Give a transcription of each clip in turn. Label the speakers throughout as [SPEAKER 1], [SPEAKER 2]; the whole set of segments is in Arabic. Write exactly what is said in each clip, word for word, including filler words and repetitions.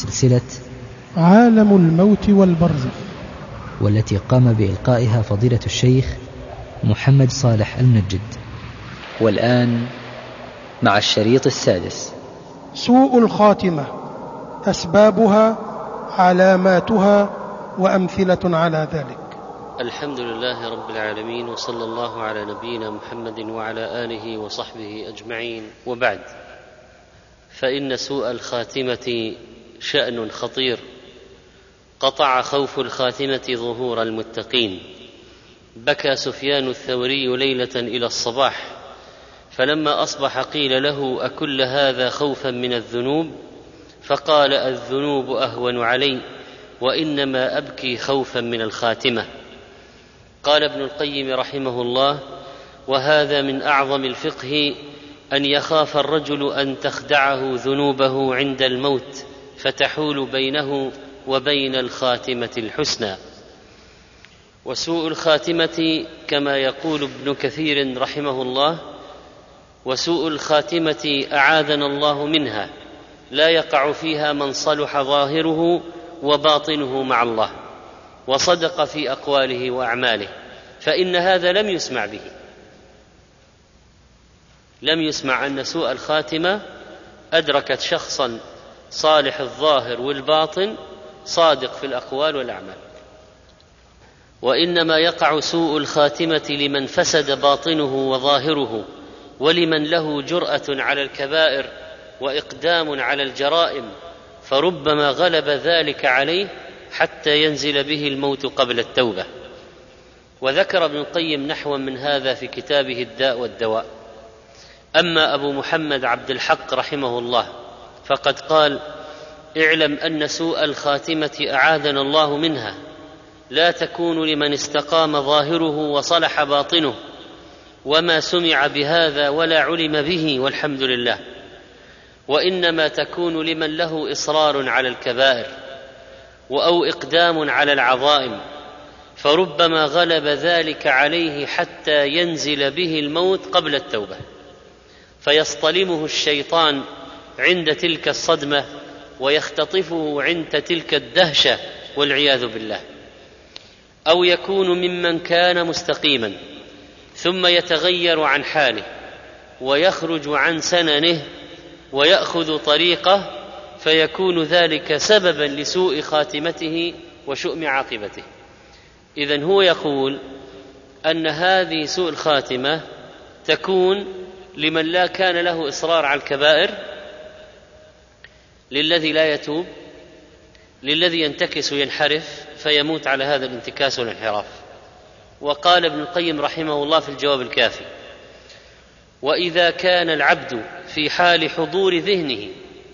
[SPEAKER 1] سلسلة
[SPEAKER 2] عالم الموت والبرزخ،
[SPEAKER 1] والتي قام بإلقائها فضيلة الشيخ محمد صالح المنجد.
[SPEAKER 3] والآن مع الشريط السادس.
[SPEAKER 2] سوء الخاتمة، أسبابها، علاماتها، وأمثلة على ذلك.
[SPEAKER 4] الحمد لله رب العالمين، وصلى الله على نبينا محمد وعلى آله وصحبه أجمعين، وبعد، فإن سوء الخاتمة شأن خطير، قطع خوف الخاتمة ظهور المتقين. بكى سفيان الثوري ليلة إلى الصباح، فلما أصبح قيل له: أكل هذا خوفا من الذنوب؟ فقال: الذنوب أهون علي، وإنما أبكي خوفا من الخاتمة. قال ابن القيم رحمه الله: وهذا من أعظم الفقه، أن يخاف الرجل أن تخدعه ذنوبه عند الموت فتحول بينه وبين الخاتمة الحسنى. وسوء الخاتمة كما يقول ابن كثير رحمه الله: وسوء الخاتمة أعاذنا الله منها، لا يقع فيها من صلح ظاهره وباطنه مع الله وصدق في أقواله وأعماله، فإن هذا لم يسمع به. لم يسمع أن سوء الخاتمة أدركت شخصا صالح الظاهر والباطن صادق في الأقوال والأعمال، وإنما يقع سوء الخاتمة لمن فسد باطنه وظاهره، ولمن له جرأة على الكبائر وإقدام على الجرائم، فربما غلب ذلك عليه حتى ينزل به الموت قبل التوبة. وذكر ابن القيم نحوا من هذا في كتابه الداء والدواء. أما أبو محمد عبد الحق رحمه الله فقد قال: اعلم أن سوء الخاتمة أعاذنا الله منها لا تكون لمن استقام ظاهره وصلح باطنه، وما سمع بهذا ولا علم به والحمد لله، وإنما تكون لمن له إصرار على الكبائر أو إقدام على العظائم، فربما غلب ذلك عليه حتى ينزل به الموت قبل التوبة، فيصطلمه الشيطان عند تلك الصدمة ويختطفه عند تلك الدهشة والعياذ بالله. أو يكون ممن كان مستقيما ثم يتغير عن حاله ويخرج عن سننه ويأخذ طريقه، فيكون ذلك سببا لسوء خاتمته وشؤم عاقبته. إذن هو يقول أن هذه سوء الخاتمة تكون لمن لا كان له إصرار على الكبائر، للذي لا يتوب، للذي ينتكس وينحرف فيموت على هذا الانتكاس والانحراف. وقال ابن القيم رحمه الله في الجواب الكافي: وإذا كان العبد في حال حضور ذهنه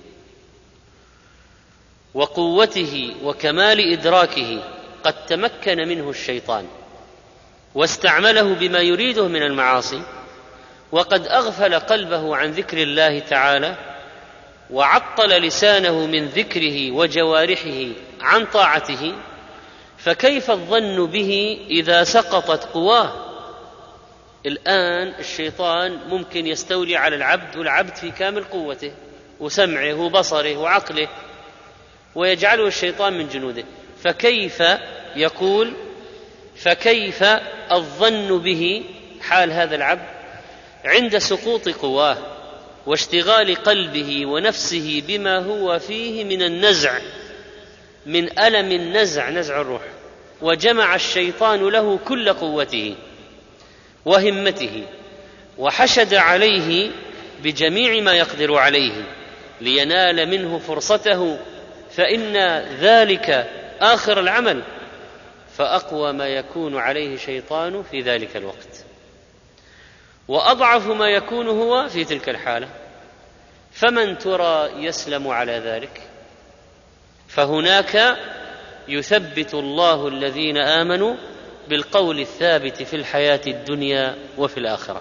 [SPEAKER 4] وقوته وكمال إدراكه قد تمكن منه الشيطان واستعمله بما يريده من المعاصي، وقد أغفل قلبه عن ذكر الله تعالى وعطل لسانه من ذكره وجوارحه عن طاعته، فكيف الظن به إذا سقطت قواه؟ الآن الشيطان ممكن يستولي على العبد والعبد في كامل قوته وسمعه وبصره وعقله، ويجعله الشيطان من جنوده، فكيف يقول فكيف الظن به حال هذا العبد عند سقوط قواه واشتغال قلبه ونفسه بما هو فيه من النزع، من ألم النزع، نزع الروح، وجمع الشيطان له كل قوته وهمته وحشد عليه بجميع ما يقدر عليه لينال منه فرصته، فإن ذلك آخر العمل، فأقوى ما يكون عليه شيطان في ذلك الوقت، وأضعف ما يكون هو في تلك الحالة. فمن ترى يسلم على ذلك؟ فهناك يثبت الله الذين آمنوا بالقول الثابت في الحياة الدنيا وفي الآخرة،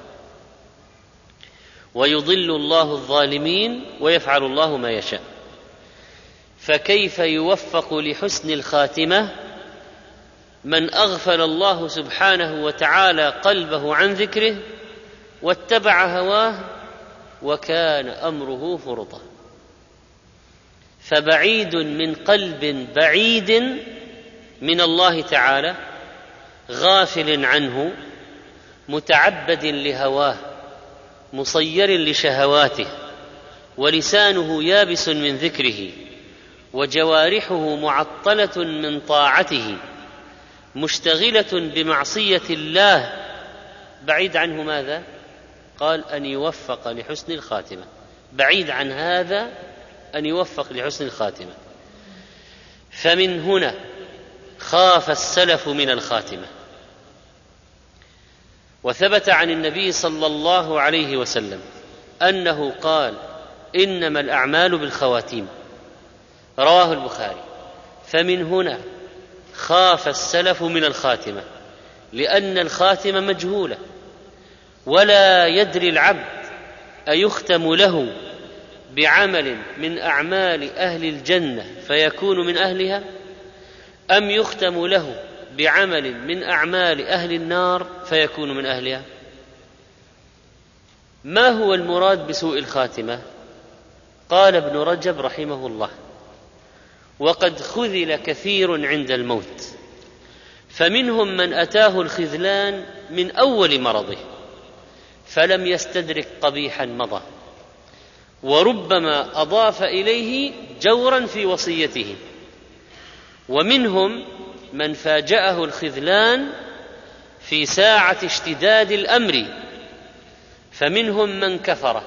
[SPEAKER 4] ويضل الله الظالمين ويفعل الله ما يشاء. فكيف يوفق لحسن الخاتمة من أغفل الله سبحانه وتعالى قلبه عن ذكره واتبع هواه وكان أمره فرطا؟ فبعيد من قلب بعيد من الله تعالى، غافل عنه، متعبد لهواه، مصير لشهواته، ولسانه يابس من ذكره، وجوارحه معطلة من طاعته، مشتغلة بمعصية الله، بعيد عنه ماذا؟ قال أن يوفق لحسن الخاتمة، بعيد عن هذا أن يوفق لحسن الخاتمة. فمن هنا خاف السلف من الخاتمة. وثبت عن النبي صلى الله عليه وسلم أنه قال: إنما الأعمال بالخواتيم، رواه البخاري. فمن هنا خاف السلف من الخاتمة، لأن الخاتمة مجهولة، ولا يدري العبد أيختم له بعمل من أعمال أهل الجنة فيكون من أهلها، أم يختم له بعمل من أعمال أهل النار فيكون من أهلها. ما هو المراد بسوء الخاتمة؟ قال ابن رجب رحمه الله: وقد خذل كثير عند الموت، فمنهم من أتاه الخذلان من أول مرضه فلم يستدرك قبيحا مضى، وربما أضاف إليه جورا في وصيته. ومنهم من فاجأه الخذلان في ساعة اشتداد الأمر، فمنهم من كفر،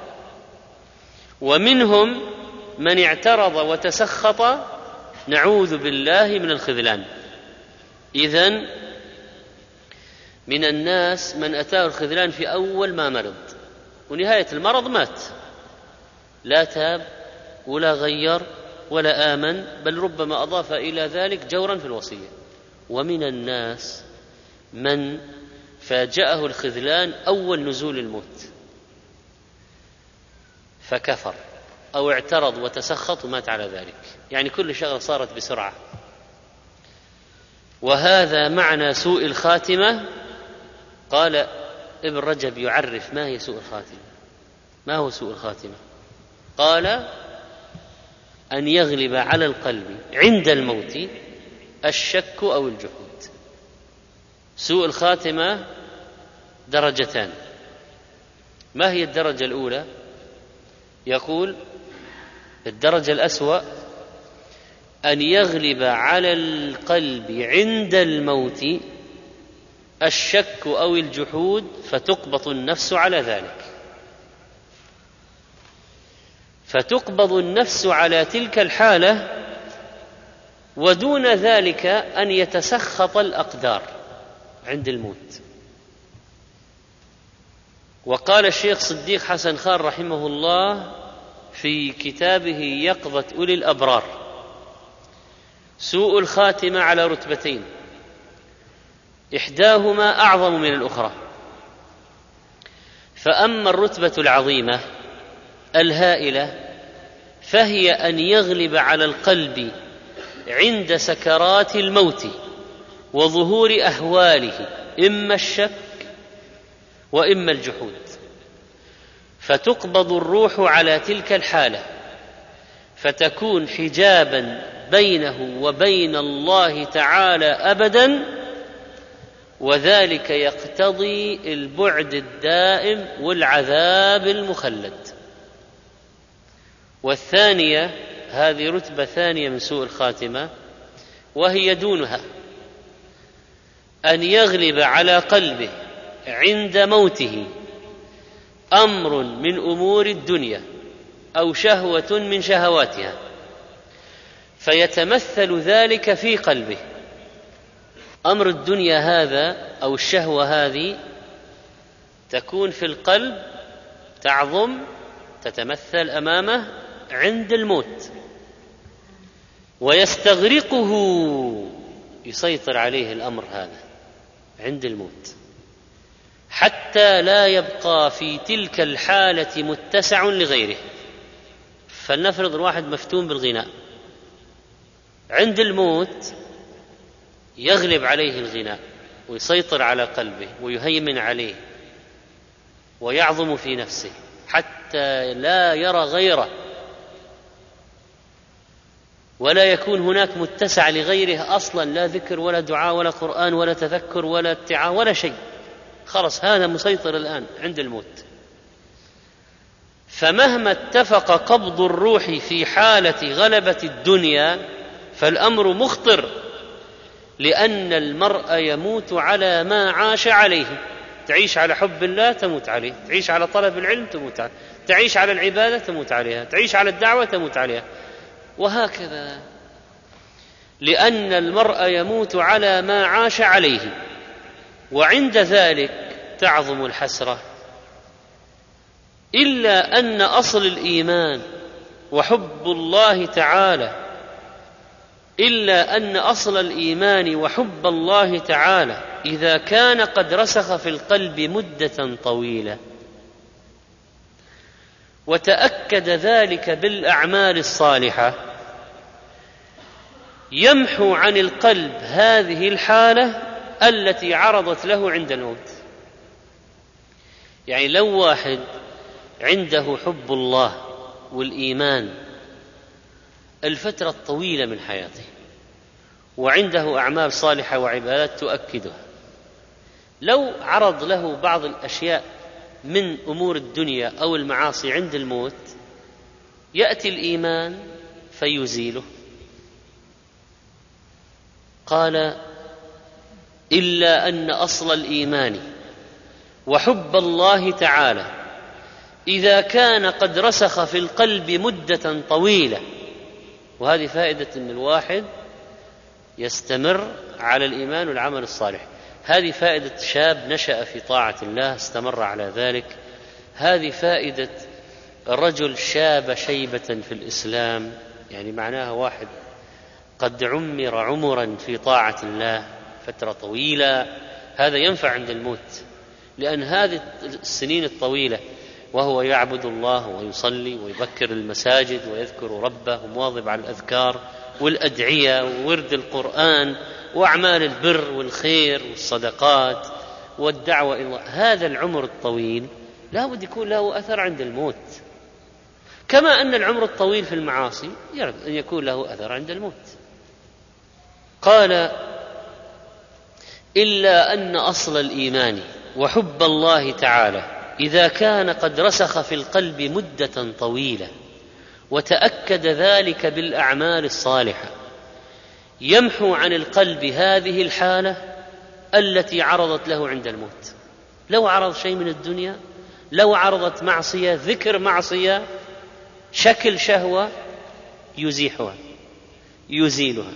[SPEAKER 4] ومنهم من اعترض وتسخط، نعوذ بالله من الخذلان. إذن من الناس من أتاه الخذلان في أول ما مرض، ونهاية المرض مات، لا تاب ولا غير ولا آمن، بل ربما أضاف إلى ذلك جورا في الوصية. ومن الناس من فاجأه الخذلان أول نزول الموت فكفر أو اعترض وتسخط ومات على ذلك، يعني كل شغلة صارت بسرعة. وهذا معنى سوء الخاتمة. قال ابن رجب يعرف ما هي سوء الخاتمة. ما هو سوء الخاتمة؟ قال: أن يغلب على القلب عند الموت الشك أو الجحود. سوء الخاتمة درجتان. ما هي الدرجة الأولى؟ يقول: الدرجة الأسوأ أن يغلب على القلب عند الموت الشك أو الجحود فتقبض النفس على ذلك، فتقبض النفس على تلك الحالة، ودون ذلك أن يتسخط الأقدار عند الموت. وقال الشيخ صديق حسن خان رحمه الله في كتابه يقظة أولي الأبرار: سوء الخاتمة على رتبتين، إحداهما أعظم من الأخرى. فأما الرتبة العظيمة الهائلة فهي أن يغلب على القلب عند سكرات الموت وظهور أهواله إما الشك وإما الجحود، فتقبض الروح على تلك الحالة، فتكون حجابا بينه وبين الله تعالى أبدا، وذلك يقتضي البعد الدائم والعذاب المخلد. والثانية، هذه رتبة ثانية من سوء الخاتمة وهي دونها، أن يغلب على قلبه عند موته أمر من أمور الدنيا أو شهوة من شهواتها، فيتمثل ذلك في قلبه. أمر الدنيا هذا أو الشهوة هذه تكون في القلب، تعظم، تتمثل أمامه عند الموت، ويستغرقه، يسيطر عليه الأمر هذا عند الموت، حتى لا يبقى في تلك الحالة متسع لغيره. فلنفرض الواحد مفتون بالغناء، عند الموت يغلب عليه الغناء ويسيطر على قلبه ويهيمن عليه ويعظم في نفسه حتى لا يرى غيره، ولا يكون هناك متسع لغيره أصلا، لا ذكر ولا دعاء ولا قرآن ولا تذكر ولا اتعاظ ولا شيء، خلص هذا مسيطر الآن عند الموت. فمهما اتفق قبض الروح في حالة غلبة الدنيا فالأمر مخطر، لأن المرء يموت على ما عاش عليه. تعيش على حب الله تموت عليه، تعيش على طلب العلم تموت عليه، تعيش على العبادة تموت عليها، تعيش على الدعوة تموت عليها، وهكذا. لأن المرء يموت على ما عاش عليه، وعند ذلك تعظم الحسرة. إلا أن أصل الإيمان وحب الله تعالى إلا أن أصل الإيمان وحب الله تعالى إذا كان قد رسخ في القلب مدة طويلة وتأكد ذلك بالأعمال الصالحة، يمحو عن القلب هذه الحالة التي عرضت له عند الموت. يعني لو واحد عنده حب الله والإيمان الفترة الطويلة من حياته وعنده أعمال صالحة وعبادات تؤكدها، لو عرض له بعض الأشياء من أمور الدنيا أو المعاصي عند الموت يأتي الإيمان فيزيله. قال: إلا أن أصل الإيمان وحب الله تعالى إذا كان قد رسخ في القلب مدة طويلة. وهذه فائدة أن الواحد يستمر على الإيمان والعمل الصالح، هذه فائدة شاب نشأ في طاعة الله استمر على ذلك، هذه فائدة رجل شاب شيبة في الإسلام، يعني معناها واحد قد عمر عمرا في طاعة الله فترة طويلة، هذا ينفع عند الموت، لأن هذه السنين الطويلة وهو يعبد الله ويصلي ويذكر المساجد ويذكر ربه ومواظب على الأذكار والأدعية وورد القرآن وأعمال البر والخير والصدقات والدعوة إلى الله، هذا العمر الطويل لا بد يكون له أثر عند الموت، كما أن العمر الطويل في المعاصي يجب أن يكون له أثر عند الموت. قال: إلا أن أصل الإيمان وحب الله تعالى إذا كان قد رسخ في القلب مدة طويلة وتأكد ذلك بالأعمال الصالحة، يمحو عن القلب هذه الحالة التي عرضت له عند الموت. لو عرض شيء من الدنيا، لو عرضت معصية، ذكر معصية، شكل شهوة، يزيحها يزيلها.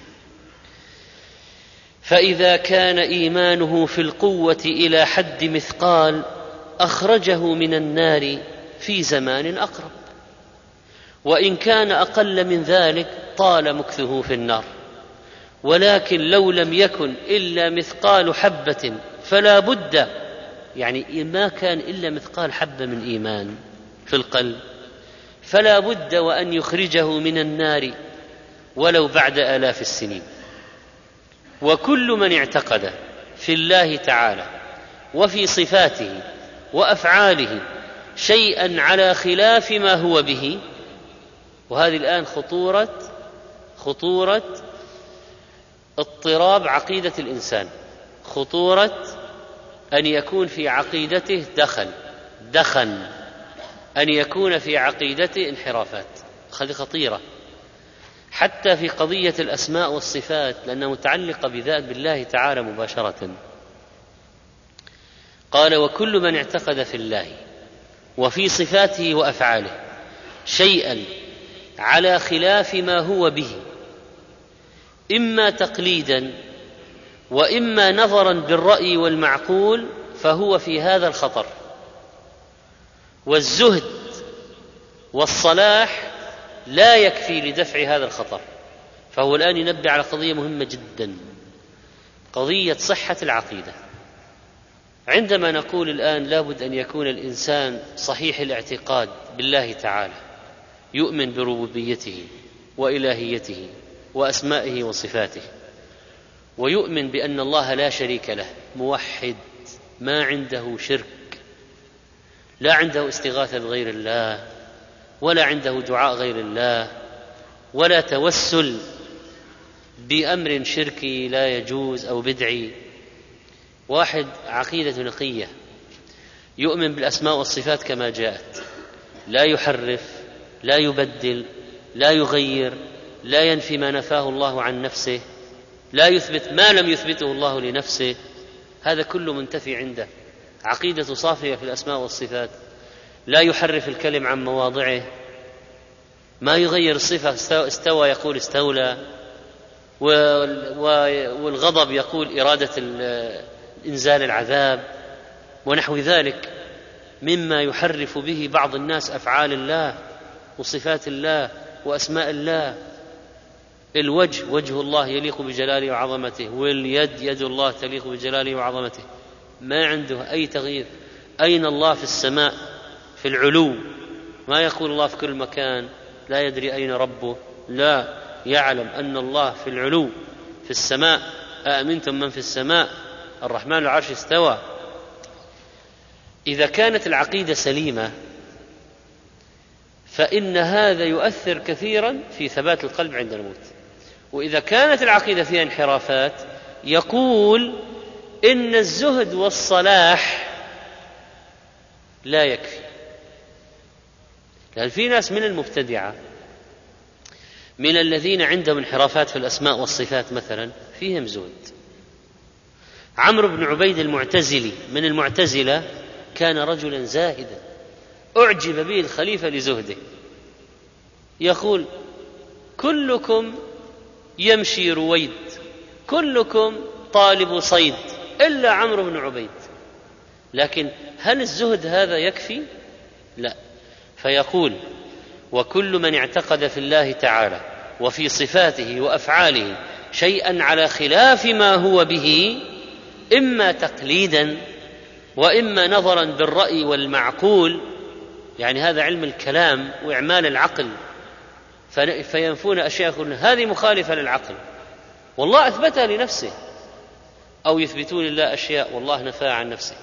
[SPEAKER 4] فإذا كان إيمانه في القوة إلى حد مثقال أخرجه من النار في زمان أقرب، وإن كان أقل من ذلك طال مكثه في النار. ولكن لو لم يكن إلا مثقال حبة فلا بد، يعني ما كان إلا مثقال حبة من إيمان في القلب، فلا بد وأن يخرجه من النار ولو بعد آلاف السنين. وكل من اعتقد في الله تعالى وفي صفاته وأفعاله شيئا على خلاف ما هو به، وهذه الآن خطورة خطورة اضطراب عقيدة الإنسان، خطورة أن يكون في عقيدته دخل دخن أن يكون في عقيدته انحرافات، هذه خطيرة حتى في قضية الأسماء والصفات لأنها متعلقة بذات بالله تعالى مباشرة. قال: وكل من اعتقد في الله وفي صفاته وأفعاله شيئا على خلاف ما هو به، إما تقليدا وإما نظرا بالرأي والمعقول، فهو في هذا الخطر. والزهد والصلاح لا يكفي لدفع هذا الخطر. فهو الآن ينبه على قضية مهمة جدا، قضية صحة العقيدة. عندما نقول الآن لابد أن يكون الإنسان صحيح الاعتقاد بالله تعالى، يؤمن بربوبيته وإلهيته وأسمائه وصفاته، ويؤمن بأن الله لا شريك له، موحد ما عنده شرك، لا عنده استغاثة بغير الله ولا عنده دعاء غير الله ولا توسل بأمر شركي لا يجوز أو بدعي. واحد عقيدة نقية يؤمن بالأسماء والصفات كما جاءت، لا يحرف، لا يبدل، لا يغير، لا ينفي ما نفاه الله عن نفسه، لا يثبت ما لم يثبته الله لنفسه، هذا كله منتفي عنده. عقيدة صافية في الأسماء والصفات، لا يحرف الكلم عن مواضعه، ما يغير الصفة، استوى يقول استولى، والغضب يقول إرادة إنزال العذاب ونحو ذلك مما يحرف به بعض الناس أفعال الله وصفات الله وأسماء الله. الوجه وجه الله يليق بجلاله وعظمته، واليد يد الله تليق بجلاله وعظمته، ما عنده أي تغيير. أين الله في السماء في العلو؟ ما يقول الله في كل مكان لا يدري أين ربه، لا، يعلم أن الله في العلو في السماء. أأمنتم من في السماء الرحمن العرش استوى. إذا كانت العقيدة سليمة فإن هذا يؤثر كثيرا في ثبات القلب عند الموت. وإذا كانت العقيدة فيها انحرافات يقول إن الزهد والصلاح لا يكفي. لأن في ناس من المبتدعة من الذين عندهم انحرافات في الأسماء والصفات مثلا فيهم زهد. عمرو بن عبيد المعتزلي من المعتزلة كان رجلا زاهدا أعجب به الخليفة لزهده، يقول كلكم يمشي رويد، كلكم طالب صيد إلا عمرو بن عبيد. لكن هل الزهد هذا يكفي؟ لا. فيقول وكل من اعتقد في الله تعالى وفي صفاته وأفعاله شيئا على خلاف ما هو به، إما تقليدا وإما نظرا بالرأي والمعقول، يعني هذا علم الكلام وإعمال العقل، فينفون أشياء يقولون هذه مخالفة للعقل والله أثبتها لنفسه، أو يثبتون لله أشياء والله نفاها عن نفسه.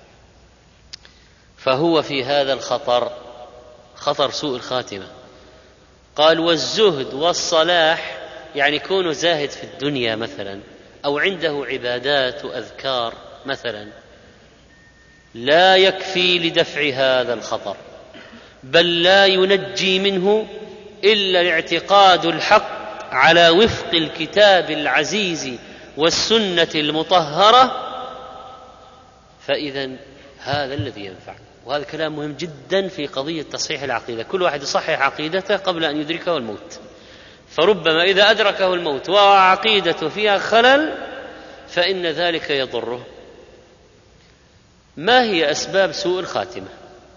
[SPEAKER 4] فهو في هذا الخطر، خطر سوء الخاتمة. قال والزهد والصلاح، يعني كونه زاهد في الدنيا مثلا أو عنده عبادات وأذكار مثلا، لا يكفي لدفع هذا الخطر، بل لا ينجي منه إلا الاعتقاد الحق على وفق الكتاب العزيز والسنة المطهرة. فإذا هذا الذي ينفع. وهذا الكلام مهم جدا في قضية تصحيح العقيدة. كل واحد يصحح عقيدته قبل أن يدركه الموت، فربما إذا أدركه الموت وعقيدته فيها خلل فإن ذلك يضره. ما هي أسباب سوء الخاتمة؟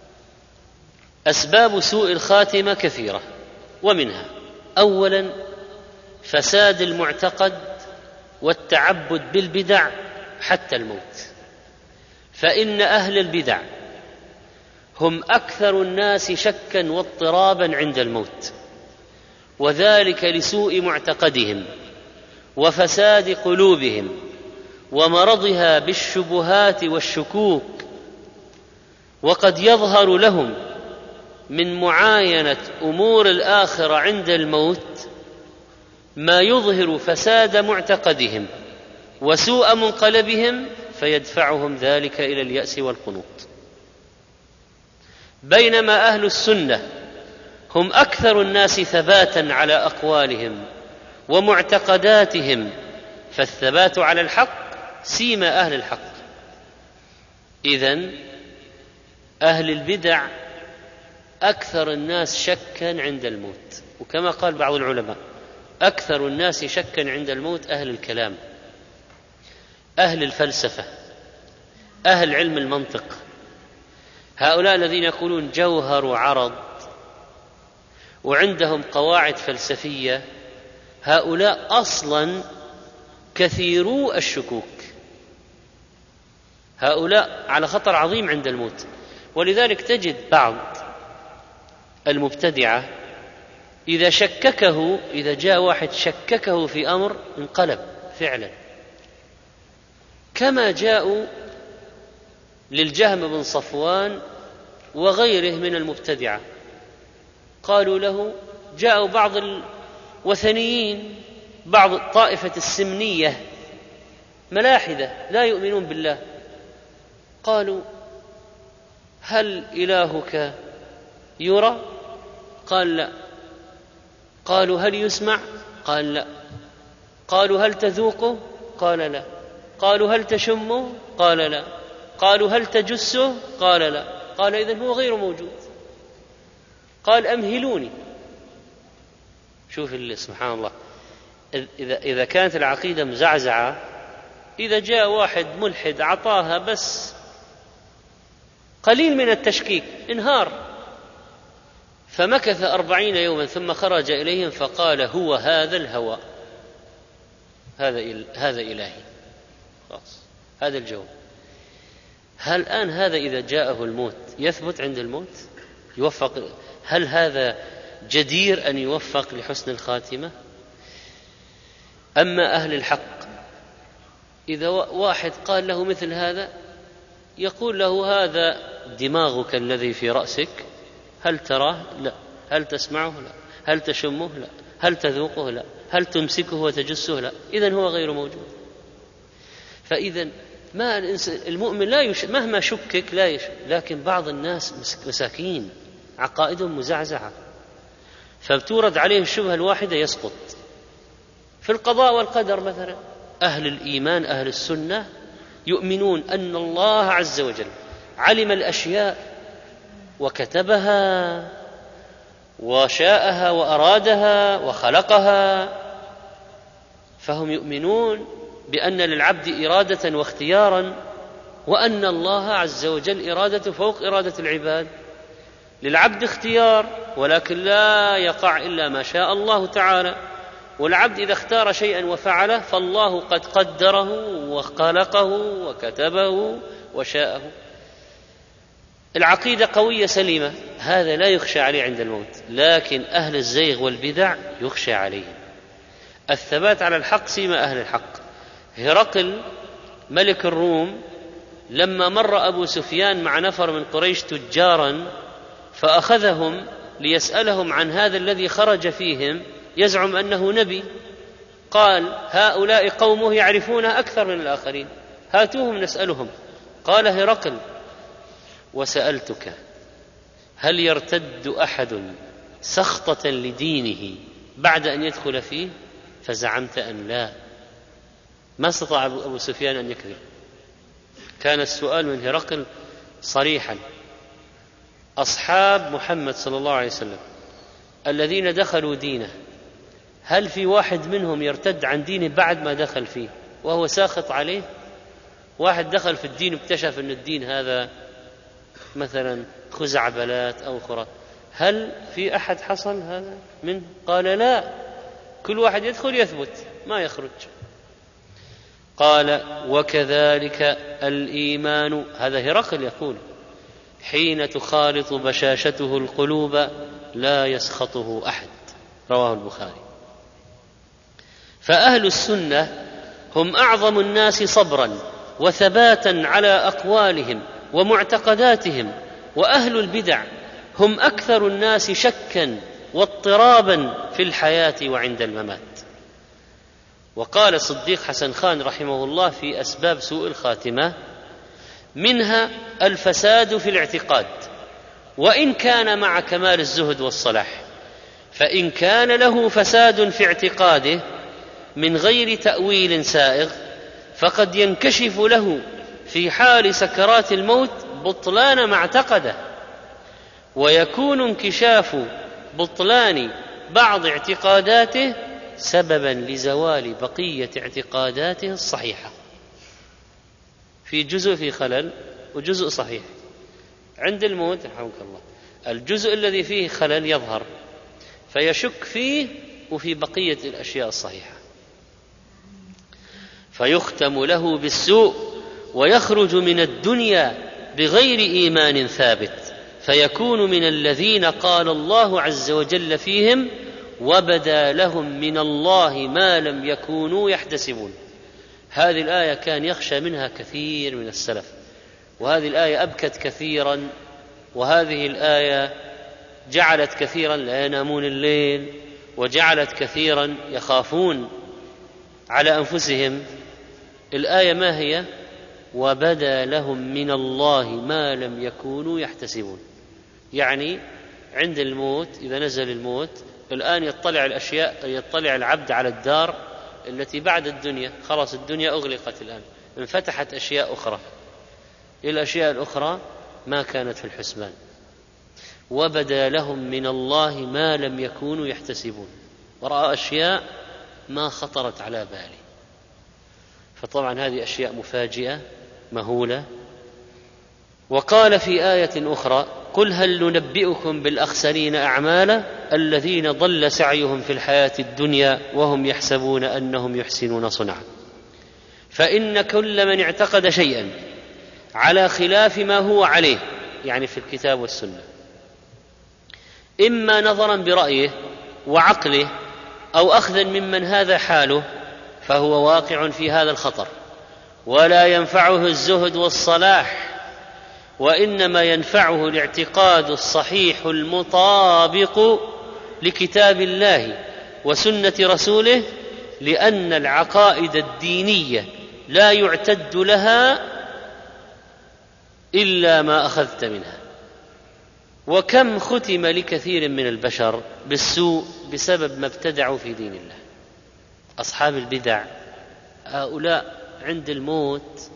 [SPEAKER 4] أسباب سوء الخاتمة كثيرة، ومنها أولا فساد المعتقد والتعبد بالبدع حتى الموت. فإن أهل البدع هم أكثر الناس شكا واضطرابا عند الموت، وذلك لسوء معتقدهم وفساد قلوبهم ومرضها بالشبهات والشكوك. وقد يظهر لهم من معاينة أمور الآخرة عند الموت ما يظهر فساد معتقدهم وسوء منقلبهم، فيدفعهم ذلك إلى اليأس والقنوط. بينما أهل السنة هم أكثر الناس ثباتا على أقوالهم ومعتقداتهم، فالثبات على الحق سيما أهل الحق. إذن أهل البدع أكثر الناس شكا عند الموت، وكما قال بعض العلماء أكثر الناس شكا عند الموت أهل الكلام، أهل الفلسفة، أهل علم المنطق. هؤلاء الذين يقولون جوهر عرض وعندهم قواعد فلسفية، هؤلاء أصلا كثيرو الشكوك، هؤلاء على خطر عظيم عند الموت. ولذلك تجد بعض المبتدعة إذا شككه، إذا جاء واحد شككه في أمر انقلب فعلا، كما جاءوا للجهم بن صفوان وغيره من المبتدعة. قالوا له، جاءوا بعض وثنيين، بعض طائفة السمنية ملاحدة لا يؤمنون بالله، قالوا هل إلهك يرى؟ قال لا. قالوا هل يسمع؟ قال لا. قالوا هل تذوقه؟ قال لا. قالوا هل تشمه؟ قال لا. قالوا هل تجسه؟ قال لا. قال إذن هو غير موجود. قال أمهلوني. شوف اللي سبحان الله، إذا, إذا كانت العقيدة مزعزعة، إذا جاء واحد ملحد عطاها بس قليل من التشكيك انهار. فمكث أربعين يوما ثم خرج إليهم فقال هو هذا الهوى، هذا هذا إلهي، خلاص هذا الجواب. هل الآن هذا إذا جاءه الموت يثبت عند الموت؟ يوفق؟ هل هذا جدير أن يوفق لحسن الخاتمة؟ أما أهل الحق إذا واحد قال له مثل هذا يقول له هذا دماغك الذي في رأسك، هل تراه؟ لا. هل تسمعه؟ لا. هل تشمه؟ لا. هل تذوقه؟ لا. هل تمسكه وتجسه؟ لا. إذن هو غير موجود. فإذا ما المؤمن لا يش... مهما شكك لا يش... لكن بعض الناس مساكين عقائدهم مزعزعة، فبتورد عليه الشبهة الواحدة يسقط. في القضاء والقدر مثلا، أهل الإيمان أهل السنة يؤمنون أن الله عز وجل علم الأشياء وكتبها وشاءها وأرادها وخلقها، فهم يؤمنون بأن للعبد إرادة واختيارا، وأن الله عز وجل إرادة فوق إرادة العباد. للعبد اختيار ولكن لا يقع إلا ما شاء الله تعالى، والعبد إذا اختار شيئا وفعله فالله قد قدره وخلقه وكتبه وشاءه. العقيدة قوية سليمة، هذا لا يخشى عليه عند الموت. لكن أهل الزيغ والبدع يخشى عليهم. الثبات على الحق سيما أهل الحق. هرقل ملك الروم لما مر أبو سفيان مع نفر من قريش تجارا فأخذهم ليسألهم عن هذا الذي خرج فيهم يزعم أنه نبي، قال هؤلاء قومه يعرفونه أكثر من الآخرين، هاتوهم نسألهم. قال هرقل وسألتك هل يرتد أحد سخطة لدينه بعد أن يدخل فيه؟ فزعمت أن لا. ما استطاع أبو سفيان أن يكذب. كان السؤال من هرقل صريحا. أصحاب محمد صلى الله عليه وسلم الذين دخلوا دينه، هل في واحد منهم يرتد عن دينه بعد ما دخل فيه وهو ساخط عليه؟ واحد دخل في الدين واكتشف أن الدين هذا مثلا خزعبلات أو خرافات، هل في أحد حصل هذا منه؟ قال لا، كل واحد يدخل يثبت ما يخرج. قال وكذلك الإيمان، هذا هرقل يقول، حين تخالط بشاشته القلوب لا يسخطه أحد. رواه البخاري. فأهل السنة هم أعظم الناس صبرا وثباتا على أقوالهم ومعتقداتهم، وأهل البدع هم أكثر الناس شكا واضطرابا في الحياة وعند الممات. وقال الصديق حسن خان رحمه الله في أسباب سوء الخاتمة: منها الفساد في الاعتقاد، وإن كان مع كمال الزهد والصلاح، فإن كان له فساد في اعتقاده من غير تأويل سائغ فقد ينكشف له في حال سكرات الموت بطلان ما اعتقده، ويكون انكشاف بطلان بعض اعتقاداته سببا لزوال بقية اعتقاداته الصحيحة. في جزء في خلل وجزء صحيح. عند الموت رحمك الله الجزء الذي فيه خلل يظهر فيشك فيه وفي بقية الأشياء الصحيحة، فيختم له بالسوء ويخرج من الدنيا بغير إيمان ثابت، فيكون من الذين قال الله عز وجل فيهم: وبدا لهم من الله ما لم يكونوا يحتسبون. هذه الآية كان يخشى منها كثير من السلف، وهذه الآية أبكت كثيرا، وهذه الآية جعلت كثيرا لا ينامون الليل وجعلت كثيرا يخافون على أنفسهم. الآية ما هي؟ وبدا لهم من الله ما لم يكونوا يحتسبون. يعني عند الموت، إذا نزل الموت الآن يطلع الأشياء يطلع العبد على الدار التي بعد الدنيا، خلاص الدنيا أغلقت، الآن انفتحت أشياء أخرى. الأشياء الأخرى ما كانت في الحسبان. وبدا لهم من الله ما لم يكونوا يحتسبون، ورأى أشياء ما خطرت على باله. فطبعا هذه أشياء مفاجئة مهولة. وقال في آية أخرى: قل هل ننبئكم بالأخسرين أعمالا الذين ضل سعيهم في الحياة الدنيا وهم يحسبون أنهم يحسنون صنعا. فإن كل من اعتقد شيئا على خلاف ما هو عليه، يعني في الكتاب والسنة، إما نظرا برأيه وعقله أو أخذا ممن هذا حاله، فهو واقع في هذا الخطر، ولا ينفعه الزهد والصلاح، وإنما ينفعه الاعتقاد الصحيح المطابق لكتاب الله وسنة رسوله، لأن العقائد الدينية لا يعتد لها إلا ما أخذت منها. وكم ختم لكثير من البشر بالسوء بسبب ما ابتدعوا في دين الله. أصحاب البدع هؤلاء عند الموت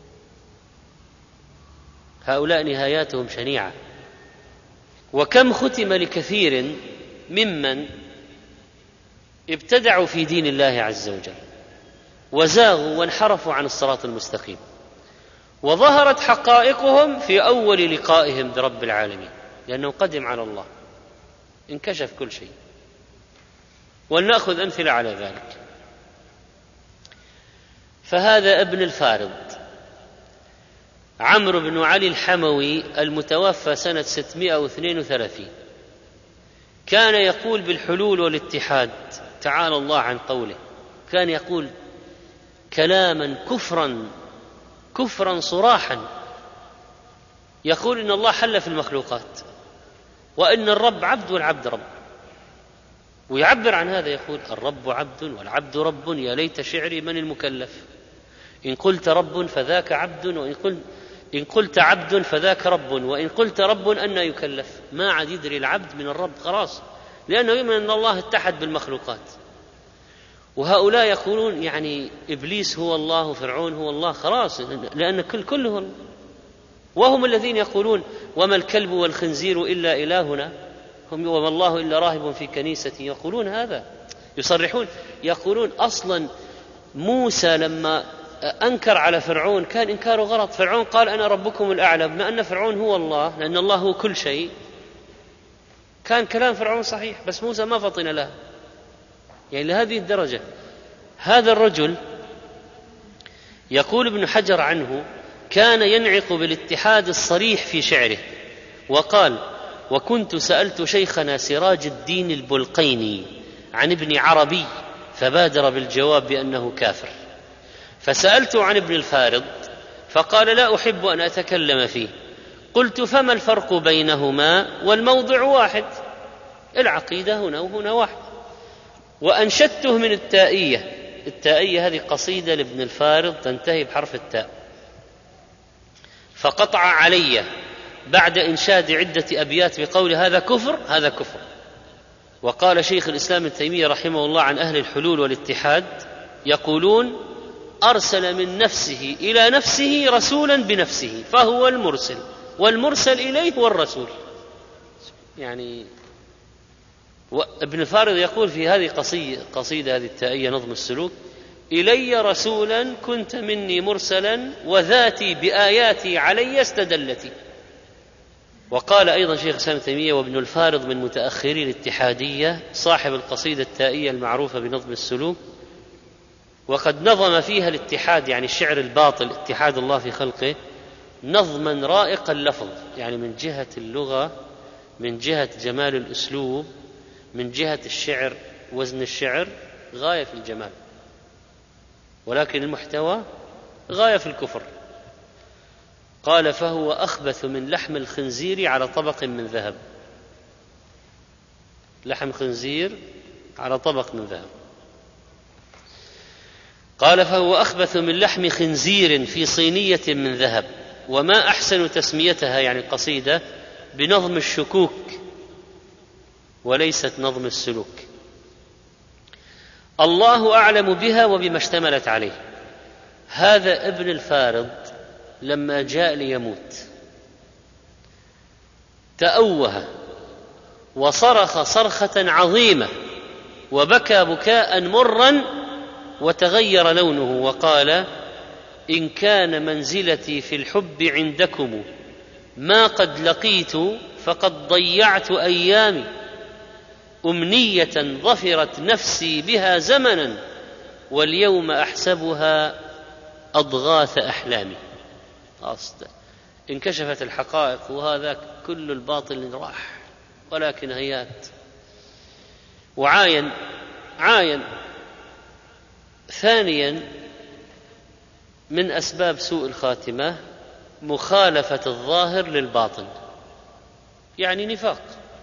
[SPEAKER 4] هؤلاء نهاياتهم شنيعة. وكم ختم لكثير ممن ابتدعوا في دين الله عز وجل وزاغوا وانحرفوا عن الصراط المستقيم، وظهرت حقائقهم في أول لقائهم برب العالمين، لأنه قدم على الله انكشف كل شيء. ولنأخذ أمثلة على ذلك. فهذا ابن الفارض عمرو بن علي الحموي المتوفى سنة ستمائة واثنين وثلاثين، كان يقول بالحلول والاتحاد، تعالى الله عن قوله، كان يقول كلاما كفرا كفرا صراحا، يقول إن الله حل في المخلوقات، وإن الرب عبد والعبد رب، ويعبر عن هذا يقول الرب عبد والعبد رب، يا ليت شعري من المكلف، إن قلت رب فذاك عبد، وإن قلت إن قلت عبد فذاك رب، وإن قلت رب أن يكلف. ما عاد يدري العبد من الرب خلاص، لأنه يؤمن أن الله اتحد بالمخلوقات. وهؤلاء يقولون يعني إبليس هو الله وفرعون هو الله، خلاص، لأن كل كله الله. وهم الذين يقولون وما الكلب والخنزير إلا إلهنا، هم وما الله إلا راهب في كنيسة، يقولون هذا، يصرحون يقولون أصلا موسى لما أنكر على فرعون كان إنكاره غلط. فرعون قال أنا ربكم الأعلى، بما أن فرعون هو الله، لأن الله هو كل شيء، كان كلام فرعون صحيح، بس موسى ما فطن له. يعني لهذه الدرجة. هذا الرجل يقول ابن حجر عنه كان ينعق بالاتحاد الصريح في شعره، وقال: وكنت سألت شيخنا سراج الدين البلقيني عن ابن عربي فبادر بالجواب بأنه كافر، فسألت عن ابن الفارض فقال لا أحب أن أتكلم فيه. قلت فما الفرق بينهما والموضع واحد، العقيدة هنا وهنا واحد. وأنشدته من التائية. التائية هذه قصيدة لابن الفارض تنتهي بحرف التاء، فقطع علي بعد إنشاد عدة أبيات بقول هذا كفر هذا كفر. وقال شيخ الإسلام ابن تيمية رحمه الله عن أهل الحلول والاتحاد يقولون أرسل من نفسه إلى نفسه رسولا بنفسه فهو المرسل، والمرسل إليه هو الرسول. يعني ابن الفارض يقول في هذه قصيدة, قصيدة هذه التائية نظم السلوك: إلي رسولا كنت مني مرسلا وذاتي بآياتي علي استدلتي. وقال أيضا شيخ الإسلام ابن تيمية وابن الفارض من متأخري الاتحادية صاحب القصيدة التائية المعروفة بنظم السلوك، وقد نظم فيها الاتحاد، يعني الشعر الباطل، اتحاد الله في خلقه، نظما رائق اللفظ، يعني من جهة اللغة، من جهة جمال الأسلوب، من جهة الشعر وزن الشعر غاية في الجمال، ولكن المحتوى غاية في الكفر. قال فهو أخبث من لحم الخنزير على طبق من ذهب. لحم خنزير على طبق من ذهب. قال فهو أخبث من لحم خنزير في صينية من ذهب. وما أحسن تسميتها، يعني قصيدة، بنظم الشكوك وليست نظم السلوك. الله أعلم بها وبما اشتملت عليه. هذا ابن الفارض لما جاء ليموت تأوه وصرخ صرخة عظيمة وبكى بكاء مرا وتغير لونه وقال: إن كان منزلتي في الحب عندكم ما قد لقيت فقد ضيعت أيامي، أمنية ظفرت نفسي بها زمنا واليوم أحسبها أضغاث أحلامي. أصدق انكشفت الحقائق وهذا كل الباطل راح، ولكن هيات. وعاين عاين ثانيا من أسباب سوء الخاتمة مخالفة الظاهر للباطن، يعني نفاق،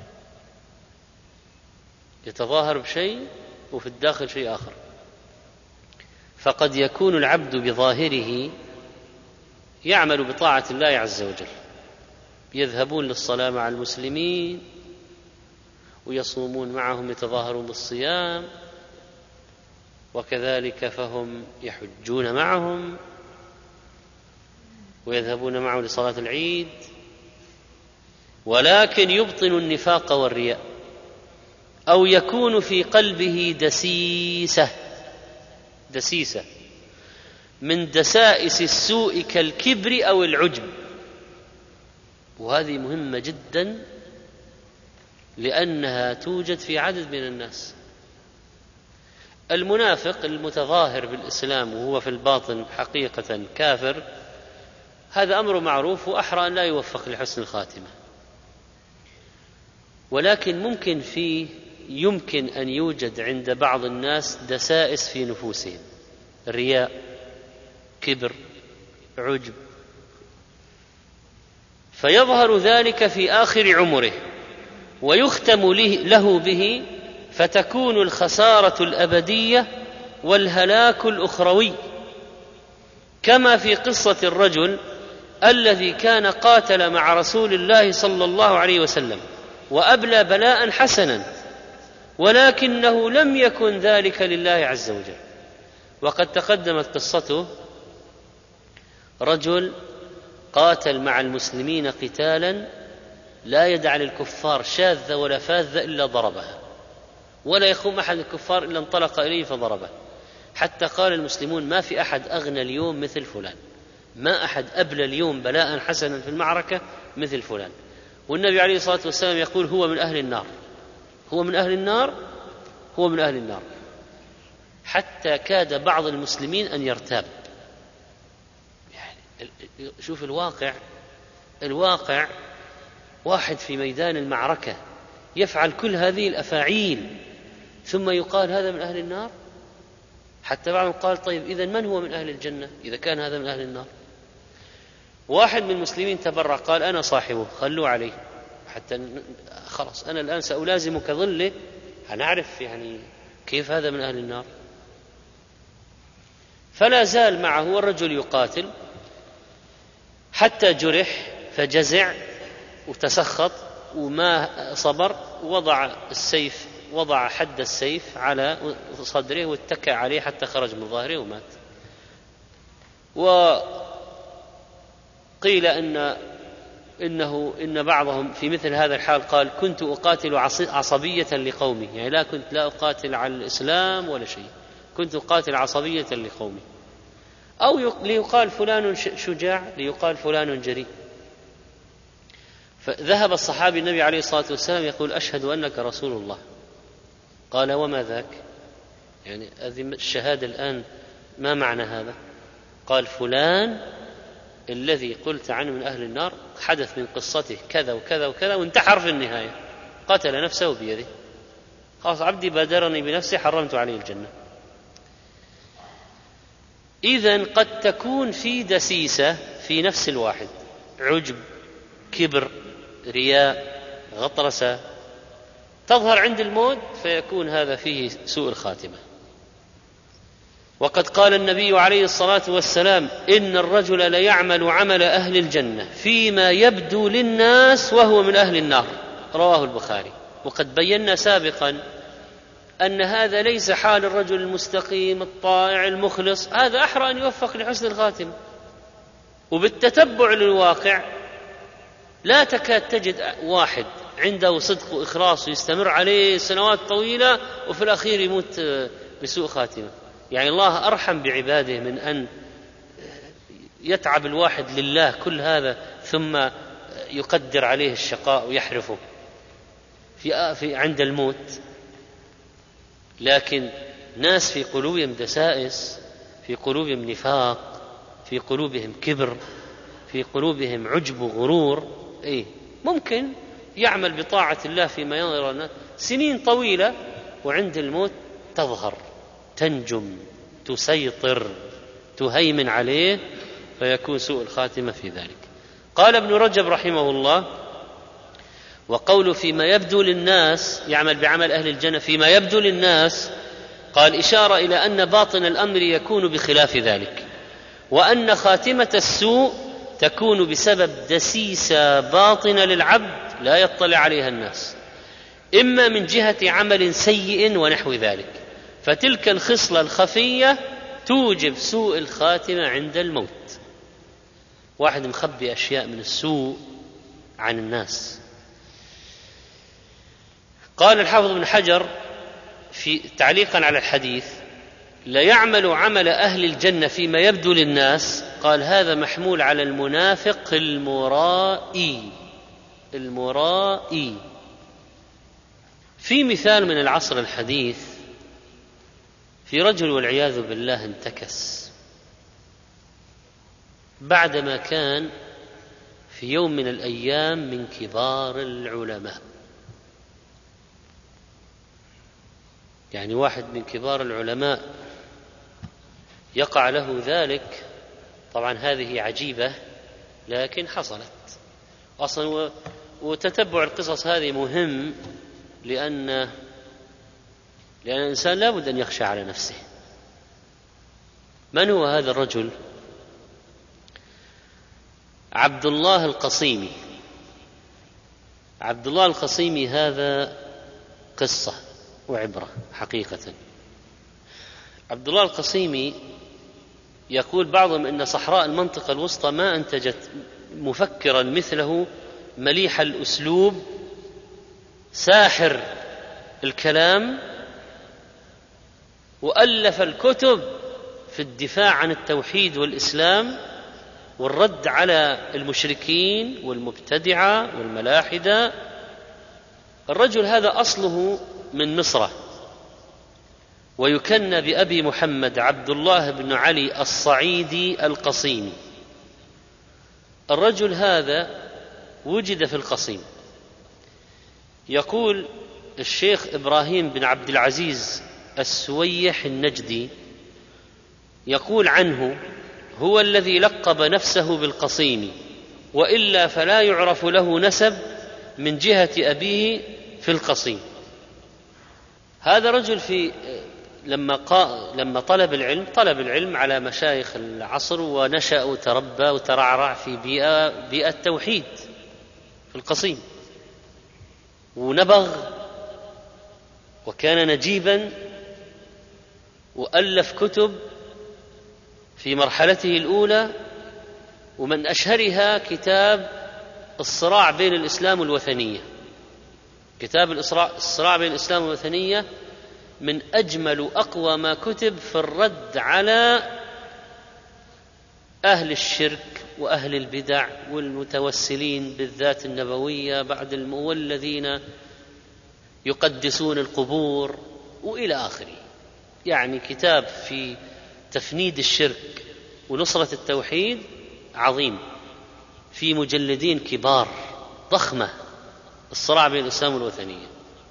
[SPEAKER 4] يتظاهر بشيء وفي الداخل شيء آخر. فقد يكون العبد بظاهره يعمل بطاعة الله عز وجل، يذهبون للصلاة مع المسلمين ويصومون معهم، يتظاهرون بالصيام، وكذلك فهم يحجون معهم ويذهبون معه لصلاة العيد، ولكن يبطن النفاق والرياء، أو يكون في قلبه دسيسة دسيسة من دسائس السوء كالكبر أو العجب. وهذه مهمة جدا لأنها توجد في عدد من الناس. المنافق المتظاهر بالإسلام وهو في الباطن حقيقة كافر، هذا أمر معروف وأحرى أن لا يوفق لحسن الخاتمة. ولكن ممكن فيه يمكن أن يوجد عند بعض الناس دسائس في نفوسهم، رياء، كبر، عجب، فيظهر ذلك في آخر عمره ويختم له به، فتكون الخسارة الأبدية والهلاك الأخروي، كما في قصة الرجل الذي كان قاتل مع رسول الله صلى الله عليه وسلم وأبلى بلاء حسنا، ولكنه لم يكن ذلك لله عز وجل. وقد تقدمت قصته، رجل قاتل مع المسلمين قتالا لا يدع للكفار شاذة ولا فاذة إلا ضربها، ولا يخوم أحد الكفار إلا انطلق إليه فضربه، حتى قال المسلمون: ما في أحد أغنى اليوم مثل فلان، ما أحد أبلى اليوم بلاء حسنا في المعركة مثل فلان. والنبي عليه الصلاة والسلام يقول: هو من أهل النار، هو من أهل النار، هو من أهل النار. حتى كاد بعض المسلمين أن يرتاب. يعني شوف الواقع، الواقع واحد في ميدان المعركة يفعل كل هذه الأفاعيل ثم يقال هذا من أهل النار. حتى بعضهم قال: طيب إذن من هو من أهل الجنة إذا كان هذا من أهل النار؟ واحد من المسلمين تبرع قال: أنا صاحبه، خلوا عليه حتى خلاص أنا الآن سألازمك ظله، هنعرف يعني كيف هذا من أهل النار. فلا زال معه والرجل يقاتل حتى جرح فجزع وتسخط وما صبر، وضع السيف، وضع حد السيف على صدره واتكى عليه حتى خرج من ظهره ومات. وقيل إن إنه إن بعضهم في مثل هذا الحال قال: كنت أقاتل عصبية لقومي، يعني لا كنت لا أقاتل على الإسلام ولا شيء، كنت أقاتل عصبية لقومي. أو ليقال فلان شجاع، ليقال فلان جريء. فذهب الصحابي النبي عليه الصلاة والسلام يقول: أشهد أنك رسول الله. قال: وما ذاك؟ يعني هذه الشهادة الآن ما معنى هذا؟ قال: فلان الذي قلت عنه من أهل النار حدث من قصته كذا وكذا وكذا وانتحر في النهاية، قتل نفسه بيده، خلاص عبدي بادرني بنفسه حرمت عليه الجنة. إذن قد تكون في دسيسة في نفس الواحد، عجب، كبر، رياء، غطرسة، تظهر عند الموت، فيكون هذا فيه سوء الخاتمة. وقد قال النبي عليه الصلاة والسلام: إن الرجل ليعمل عمل أهل الجنة فيما يبدو للناس وهو من أهل النار، رواه البخاري. وقد بينا سابقا أن هذا ليس حال الرجل المستقيم الطائع المخلص، هذا أحرى أن يوفق لحسن الخاتمة. وبالتتبع للواقع لا تكاد تجد واحد عنده صدق وإخلاص ويستمر عليه سنوات طويلة وفي الأخير يموت بسوء خاتمة. يعني الله أرحم بعباده من أن يتعب الواحد لله كل هذا ثم يقدر عليه الشقاء ويحرفه في في عند الموت. لكن ناس في قلوبهم دسائس، في قلوبهم نفاق، في قلوبهم كبر، في قلوبهم عجب وغرور، إيه ممكن يعمل بطاعة الله فيما ينظر الناس سنين طويلة، وعند الموت تظهر، تنجم، تسيطر، تهيمن عليه، فيكون سوء الخاتمة في ذلك. قال ابن رجب رحمه الله: وقول فيما يبدو للناس، يعمل بعمل أهل الجنة فيما يبدو للناس، قال إشارة إلى أن باطن الأمر يكون بخلاف ذلك، وأن خاتمة السوء تكون بسبب دسيسة باطنة للعبد لا يطلع عليها الناس، إما من جهة عمل سيء ونحو ذلك، فتلك الخصلة الخفية توجب سوء الخاتمة عند الموت. واحد مخبي أشياء من السوء عن الناس. قال الحافظ ابن حجر في تعليقا على الحديث: لا يعمل عمل أهل الجنة فيما يبدو للناس، قال هذا محمول على المنافق المرائي. المرائي في مثال من العصر الحديث، في رجل والعياذ بالله انتكس بعدما كان في يوم من الأيام من كبار العلماء، يعني واحد من كبار العلماء يقع له ذلك. طبعا هذه عجيبة لكن حصلت أصلا، وتتبع القصص هذه مهم، لأن لأن الإنسان لا بد أن يخشى على نفسه. من هو هذا الرجل؟ عبد الله القصيمي. عبد الله القصيمي هذا قصة وعبرة حقيقة. عبد الله القصيمي يقول بعضهم إن صحراء المنطقة الوسطى ما أنتجت مفكرا مثله، مليح الأسلوب، ساحر الكلام، وألف الكتب في الدفاع عن التوحيد والإسلام والرد على المشركين والمبتدعة والملاحدة. الرجل هذا أصله من مصر، ويكنى بأبي محمد عبد الله بن علي الصعيدي القصيمي. الرجل هذا وجد في القصيم. يقول الشيخ إبراهيم بن عبد العزيز السويح النجدي، يقول عنه: هو الذي لقب نفسه بالقصيم، وإلا فلا يعرف له نسب من جهة أبيه في القصيم. هذا رجل في لما قا... لما طلب العلم طلب العلم على مشايخ العصر، ونشأ وتربى وترعرع في بيئة بيئة توحيد في القصيم، ونبغ وكان نجيبا، وألف كتب في مرحلته الأولى، ومن أشهرها كتاب الصراع بين الإسلام والوثنية. كتاب الصراع بين الإسلام والوثنية من أجمل وأقوى ما كتب في الرد على أهل الشرك وأهل البدع والمتوسلين بالذات النبوية بعد والذين يقدسون القبور وإلى آخره. يعني كتاب في تفنيد الشرك ونصرة التوحيد عظيم، في مجلدين كبار ضخمة، الصراع بين الإسلام والوثنية.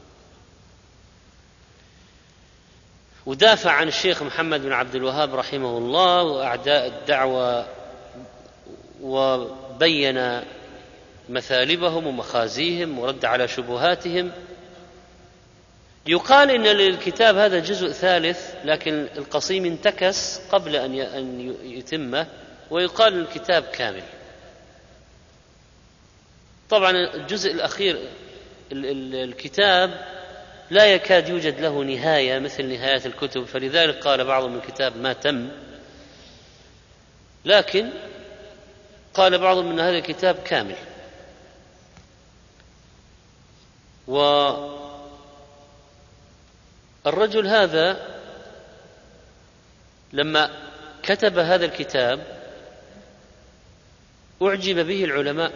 [SPEAKER 4] ودافع عن الشيخ محمد بن عبد الوهاب رحمه الله وأعداء الدعوة، وبين مثالبهم ومخازيهم ورد على شبهاتهم. يقال إن للكتاب هذا جزء ثالث، لكن القصيم انتكس قبل أن يتمه، ويقال الكتاب كامل. طبعا الجزء الأخير الكتاب لا يكاد يوجد له نهاية مثل نهايات الكتب، فلذلك قال بعضهم الكتاب ما تم، لكن قال بعضهم أن هذا الكتاب كامل. والرجل هذا لما كتب هذا الكتاب أعجب به العلماء،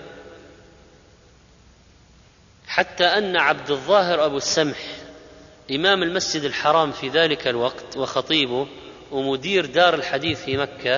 [SPEAKER 4] حتى أن عبد الظاهر أبو السمح إمام المسجد الحرام في ذلك الوقت وخطيبه ومدير دار الحديث في مكة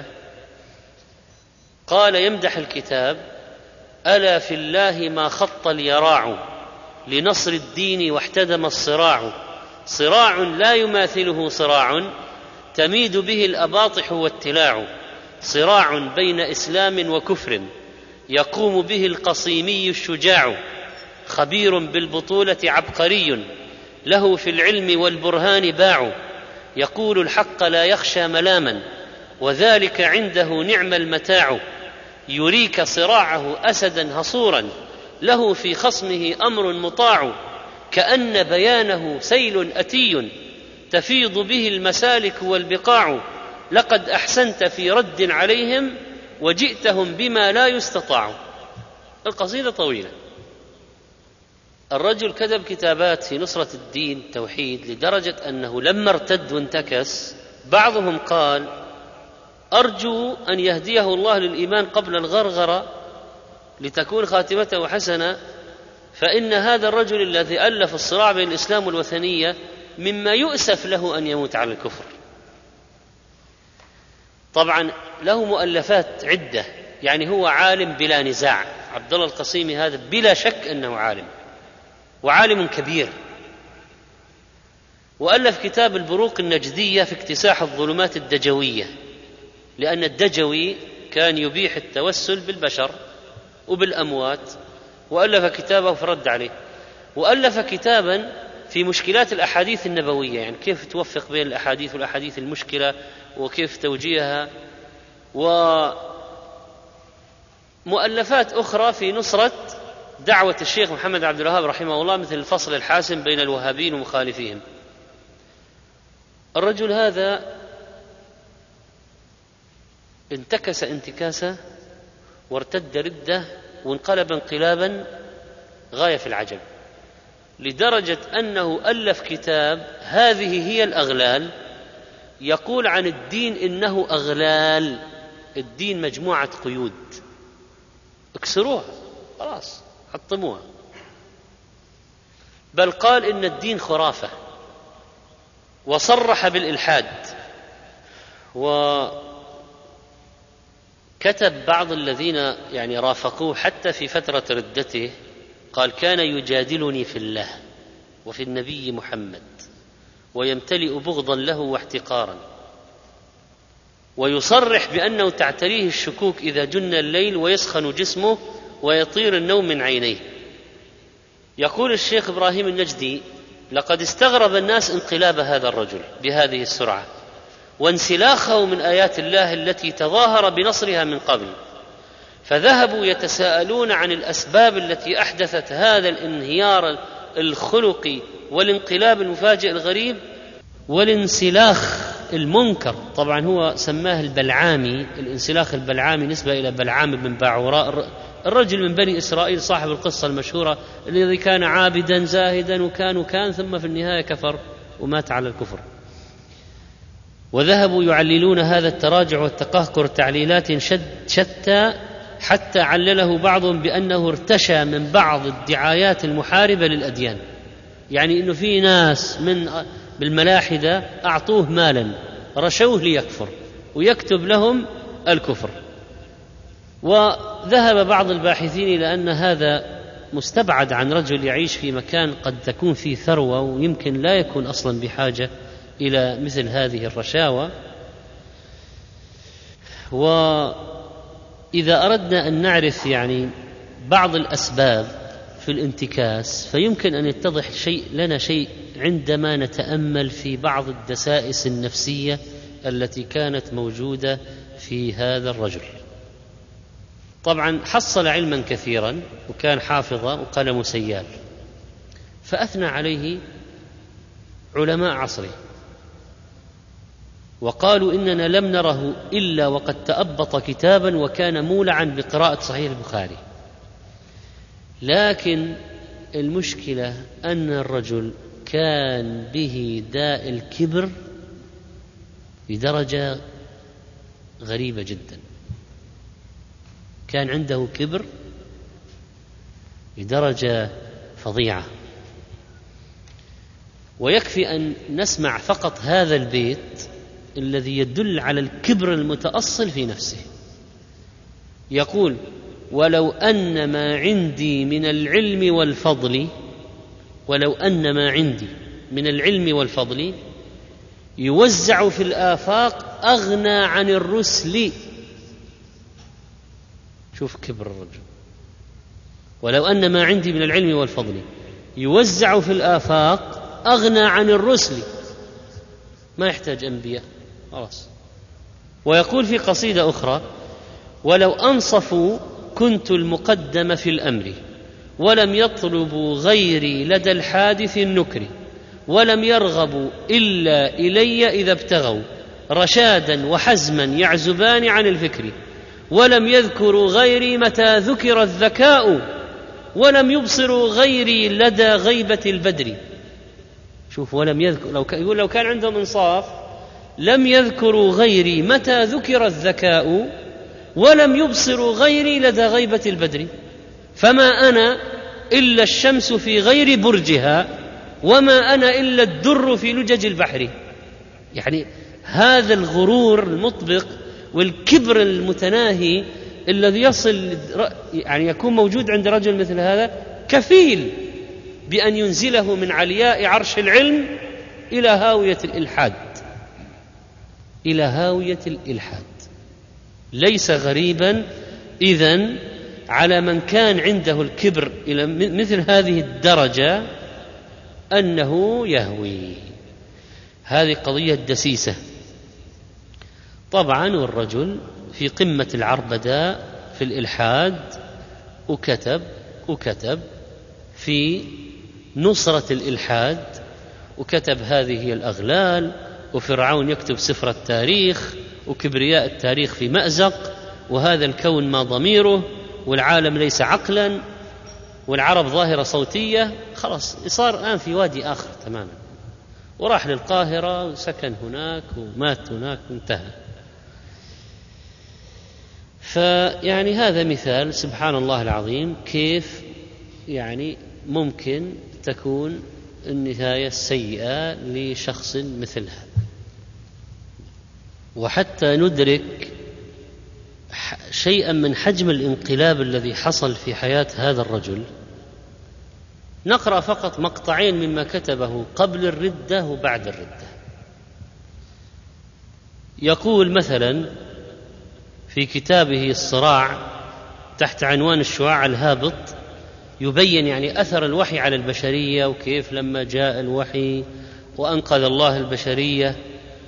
[SPEAKER 4] قال يمدح الكتاب: ألا في الله ما خط اليراع لنصر الدين واحتدم الصراع، صراع لا يماثله صراع تميد به الأباطح والتلاع، صراع بين إسلام وكفر يقوم به القصيمي الشجاع، خبير بالبطولة عبقري له في العلم والبرهان باع، يقول الحق لا يخشى ملاما وذلك عنده نعم المتاع، يريك صراعه أسدا هصورا له في خصمه أمر مطاع، كأن بيانه سيل أتي تفيض به المسالك والبقاع، لقد أحسنت في رد عليهم وجئتهم بما لا يستطاع. القصيدة طويلة. الرجل كتب كتابات في نصرة الدين التوحيد لدرجة أنه لما ارتد وانتكس بعضهم قال: أرجو أن يهديه الله للإيمان قبل الغرغرة لتكون خاتمته حسنة، فإن هذا الرجل الذي ألف الصراع بين الإسلام والوثنية مما يؤسف له أن يموت على الكفر. طبعا له مؤلفات عدة، يعني هو عالم بلا نزاع، عبد الله القصيمي هذا بلا شك أنه عالم وعالم كبير، وألف كتاب البروق النجدية في اكتساح الظلمات الدجوية، لأن الدجوي كان يبيح التوسل بالبشر وبالأموات، وألف كتابه فرد عليه. وألف كتابا في مشكلات الأحاديث النبوية، يعني كيف توفق بين الأحاديث والأحاديث المشكلة وكيف توجيهها، ومؤلفات أخرى في نصرة دعوة الشيخ محمد عبد الوهاب رحمه الله، مثل الفصل الحاسم بين الوهابين ومخالفيهم. الرجل هذا انتكس انتكاسة وارتد ردة وانقلب انقلابا غاية في العجب، لدرجة أنه ألف كتاب هذه هي الأغلال، يقول عن الدين إنه أغلال، الدين مجموعة قيود، اكسروها خلاص حطموها. بل قال إن الدين خرافة، وصرح بالإلحاد. وكتب بعض الذين يعني رافقوه حتى في فترة ردته، قال: كان يجادلني في الله وفي النبي محمد، ويمتلئ بغضا له واحتقارا، ويصرح بأنه تعتريه الشكوك إذا جن الليل ويسخن جسمه ويطير النوم من عينيه. يقول الشيخ إبراهيم النجدي: لقد استغرب الناس انقلاب هذا الرجل بهذه السرعة وانسلاخه من آيات الله التي تظاهر بنصرها من قبل، فذهبوا يتساءلون عن الأسباب التي أحدثت هذا الانهيار الخلقي والانقلاب المفاجئ الغريب والانسلاخ المنكر. طبعا هو سماه البلعامي، الانسلاخ البلعامي نسبة إلى بلعام بن باعوراء، الرجل من بني إسرائيل صاحب القصة المشهورة الذي كان عابدا زاهدا وكان وكان ثم في النهاية كفر ومات على الكفر. وذهبوا يعللون هذا التراجع والتقهقر تعليلات شتى، حتى علله بعضهم بأنه ارتشى من بعض الدعايات المحاربة للأديان، يعني إنه في ناس من بالملاحدة أعطوه مالا رشوه ليكفر ويكتب لهم الكفر. وذهب بعض الباحثين إلى أن هذا مستبعد عن رجل يعيش في مكان قد تكون فيه ثروة ويمكن لا يكون أصلا بحاجة إلى مثل هذه الرشاوى. وإذا أردنا أن نعرف يعني بعض الأسباب في الانتكاس، فيمكن أن يتضح شيء لنا شيء عندما نتأمل في بعض الدسائس النفسية التي كانت موجودة في هذا الرجل. طبعا حصل علما كثيرا وكان حافظا وقلم سيال، فأثنى عليه علماء عصره وقالوا إننا لم نره إلا وقد تأبط كتابا وكان مولعا بقراءة صحيح البخاري. لكن المشكلة أن الرجل كان به داء الكبر بدرجة غريبة جدا، كان عنده كبر بدرجة فظيعة. ويكفي أن نسمع فقط هذا البيت الذي يدل على الكبر المتأصل في نفسه. يقول: ولو أن ما عندي من العلم والفضل ولو أن ما عندي من العلم والفضل يوزع في الآفاق أغنى عن الرسل. شوف كبر الرجل. ولو أن ما عندي من العلم والفضل يوزع في الآفاق أغنى عن الرسل، ما يحتاج أنبياء خلاص. ويقول في قصيدة أخرى: ولو أنصفوا كنت المقدم في الأمر ولم يطلبوا غيري لدى الحادث النكر ولم يرغبوا إلا إلي إذا ابتغوا رشادا وحزما يعزبان عن الفكر ولم يذكروا غيري متى ذكر الذكاء ولم يبصروا غيري لدى غيبة البدر. شوف، ولم يذكر، لو كان يقول لو كان عندهم إنصاف لم يذكروا غيري متى ذكر الذكاء ولم يبصروا غيري لدى غيبة البدر، فما أنا إلا الشمس في غير برجها وما أنا إلا الدر في لجج البحر. يعني هذا الغرور المطبق والكبر المتناهي الذي يصل يعني يكون موجود عند رجل مثل هذا كفيل بأن ينزله من علياء عرش العلم إلى هاوية الإلحاد، إلى هاوية الإلحاد. ليس غريبا إذن على من كان عنده الكبر إلى مثل هذه الدرجة أنه يهوي. هذه قضية دسيسة طبعا. والرجل في قمة العربدة في الإلحاد، وكتب وكتب في نصرة الإلحاد، وكتب هذه هي الأغلال، وفرعون يكتب سفر التاريخ، وكبرياء التاريخ في مأزق، وهذا الكون ما ضميره، والعالم ليس عقلا، والعرب ظاهرة صوتية. خلاص صار الآن في وادي آخر تماما، وراح للقاهرة وسكن هناك ومات هناك وانتهى. فيعني هذا مثال سبحان الله العظيم كيف يعني ممكن تكون النهاية السيئة لشخص مثل هذا. وحتى ندرك شيئا من حجم الانقلاب الذي حصل في حياة هذا الرجل نقرأ فقط مقطعين مما كتبه قبل الردة وبعد الردة. يقول مثلا في كتابه الصراع تحت عنوان الشعاع الهابط، يبين يعني أثر الوحي على البشرية، وكيف لما جاء الوحي وأنقذ الله البشرية،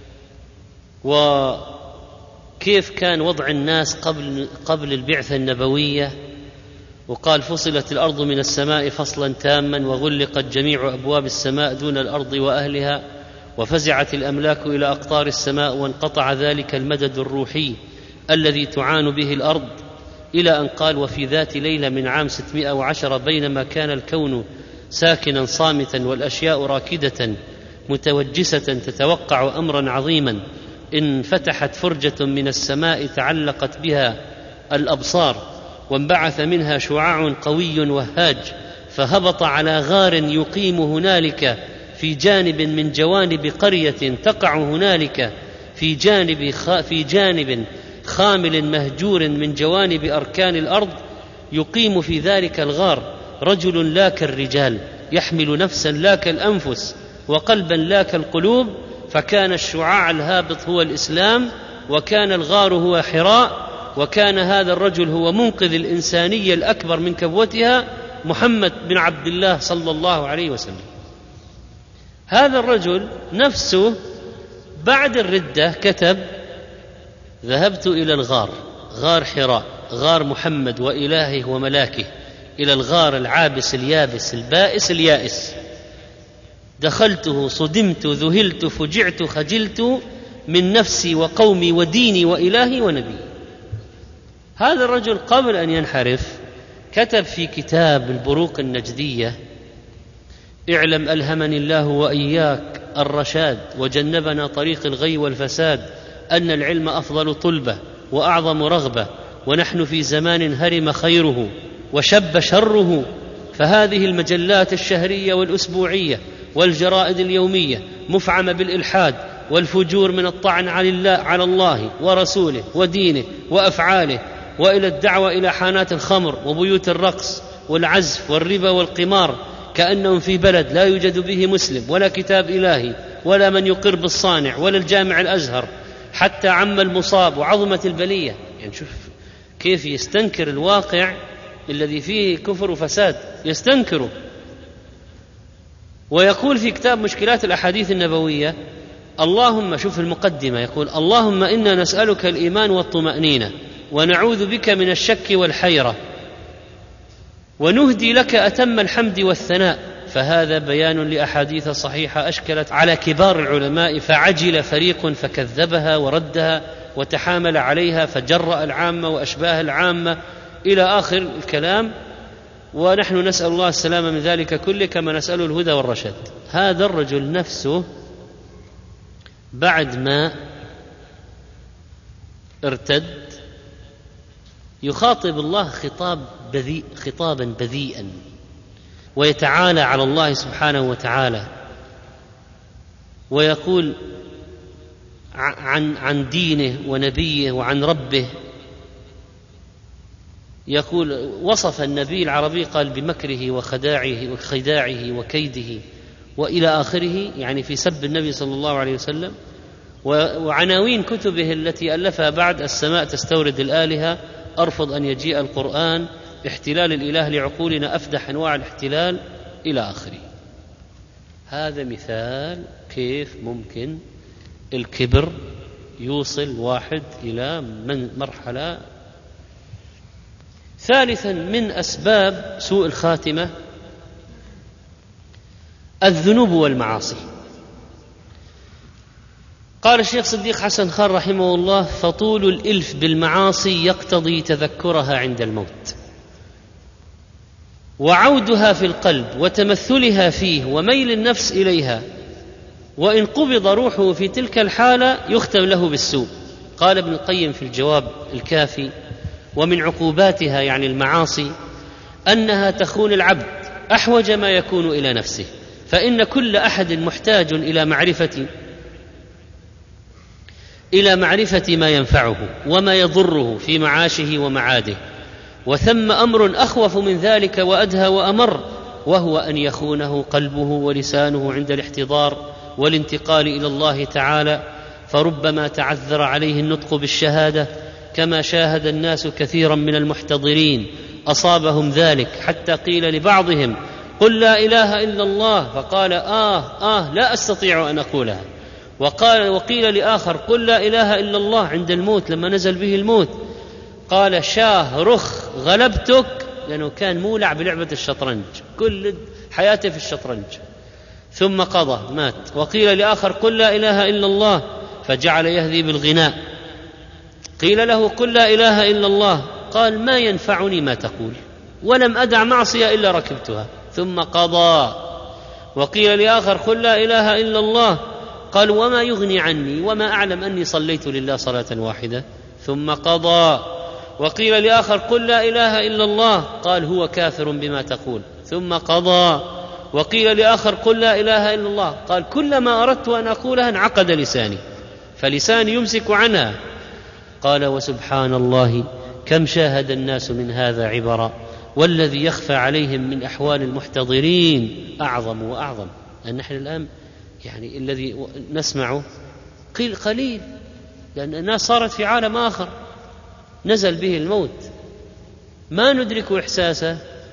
[SPEAKER 4] وكيف كان وضع الناس قبل قبل البعثة النبوية. وقال: فصلت الأرض من السماء فصلا تاما وغلقت جميع أبواب السماء دون الأرض وأهلها وفزعت الأملاك إلى أقطار السماء وانقطع ذلك المدد الروحي الذي تعان به الأرض، إلى أن قال: وفي ذات ليلة من عام ستمائة وعشرة بينما كان الكون ساكنا صامتا والأشياء راكدة متوجسة تتوقع أمرا عظيما، انفتحت فرجة من السماء تعلقت بها الأبصار وانبعث منها شعاع قوي وهاج، فهبط على غار يقيم هنالك في جانب من جوانب قرية تقع هنالك في جانب في جانب خامل مهجور من جوانب أركان الأرض. يقيم في ذلك الغار رجل لا كالرجال، يحمل نفسا لا كالأنفس وقلبا لا كالقلوب، فكان الشعاع الهابط هو الإسلام، وكان الغار هو حراء، وكان هذا الرجل هو منقذ الإنسانية الأكبر من كبوتها، محمد بن عبد الله صلى الله عليه وسلم. هذا الرجل نفسه بعد الردة كتب: ذهبت إلى الغار، غار حراء، غار محمد وإلهه وملاكه، إلى الغار العابس اليابس البائس اليائس، دخلته صدمت ذهلت فجعت خجلت من نفسي وقومي وديني وإلهي ونبي. هذا الرجل قبل أن ينحرف كتب في كتاب البروق النجدية: اعلم ألهمني الله وإياك الرشاد وجنبنا طريق الغي والفساد، أن العلم أفضل طلبة وأعظم رغبة، ونحن في زمان هرم خيره وشب شره، فهذه المجلات الشهرية والأسبوعية والجرائد اليومية مفعمة بالإلحاد والفجور من الطعن على الله, على الله ورسوله ودينه وأفعاله، وإلى الدعوة إلى حانات الخمر وبيوت الرقص والعزف والربا والقمار، كأنهم في بلد لا يوجد به مسلم ولا كتاب إلهي ولا من يقر بالصانع ولا الجامع الأزهر، حتى عم المصاب وعظمت البلية. يعني شوف كيف يستنكر الواقع الذي فيه كفر وفساد، يستنكره. ويقول في كتاب مشكلات الأحاديث النبوية: اللهم، شوف المقدمة، يقول: اللهم إنا نسألك الإيمان والطمأنينة، ونعوذ بك من الشك والحيرة، ونهدي لك أتم الحمد والثناء. فهذا بيان لأحاديث صحيحة أشكلت على كبار العلماء، فعجل فريق فكذبها وردها وتحامل عليها فجرأ العامة وأشباه العامة إلى آخر الكلام، ونحن نسأل الله السلامة من ذلك كله كما نسأل الهدى والرشاد. هذا الرجل نفسه بعد ما ارتد يخاطب الله خطاب بذيء، خطابا بذيئا، ويتعالى على الله سبحانه وتعالى، ويقول عن عن دينه ونبيه وعن ربه. يقول: وصف النبي العربي قال بمكره وخداعه وخداعه وكيده وإلى آخره، يعني في سب النبي صلى الله عليه وسلم. وعناوين كتبه التي ألفها بعد: السماء تستورد الآلهة، أرفض أن يجيء القرآن، احتلال الإله لعقولنا أفدح أنواع الاحتلال، إلى آخره. هذا مثال كيف ممكن الكبر يوصل واحد إلى من مرحلة. ثالثا من أسباب سوء الخاتمة الذنوب والمعاصي. قال الشيخ صديق حسن خان رحمه الله: فطول الإلف بالمعاصي يقتضي تذكرها عند الموت، وعودها في القلب وتمثلها فيه وميل النفس إليها، وإن قبض روحه في تلك الحالة يختم له بالسوء. قال ابن القيم في الجواب الكافي: ومن عقوباتها يعني المعاصي أنها تخون العبد أحوج ما يكون إلى نفسه، فإن كل أحد محتاج إلى معرفة إلى معرفة ما ينفعه وما يضره في معاشه ومعاده، وثم أمر أخوف من ذلك وأدهى وأمر، وهو أن يخونه قلبه ولسانه عند الاحتضار والانتقال إلى الله تعالى، فربما تعذر عليه النطق بالشهادة، كما شاهد الناس كثيرا من المحتضرين أصابهم ذلك، حتى قيل لبعضهم: قل لا إله إلا الله، فقال: آه آه لا أستطيع أن أقولها. وقال وقيل لآخر: قل لا إله إلا الله عند الموت لما نزل به الموت، قال: شاه رخ غلبتك، لأنه كان مولع بلعبة الشطرنج، كل حياته في الشطرنج، ثم قضى مات. وقيل لآخر: قل لا إله إلا الله، فجعل يهذي بالغناء. قيل له: قل لا إله إلا الله، قال: ما ينفعني ما تقول، ولم أدع معصية إلا ركبتها، ثم قضى. وقيل لآخر: قل لا إله إلا الله، قال: وما يغني عني وما أعلم أني صليت لله صلاة واحدة، ثم قضى. وقيل لآخر: قل لا إله إلا الله، قال: هو كافر بما تقول، ثم قضى. وقيل لآخر: قل لا إله إلا الله، قال: كلما أردت أن أقولها انعقد لساني، فلساني يمسك عنها. قال: وسبحان الله كم شاهد الناس من هذا عبرا، والذي يخفى عليهم من أحوال المحتضرين أعظم وأعظم. لأن نحن الآن يعني الذي نسمعه قيل قليل، لأن الناس صارت في عالم آخر نزل به الموت، ما ندرك إحساسه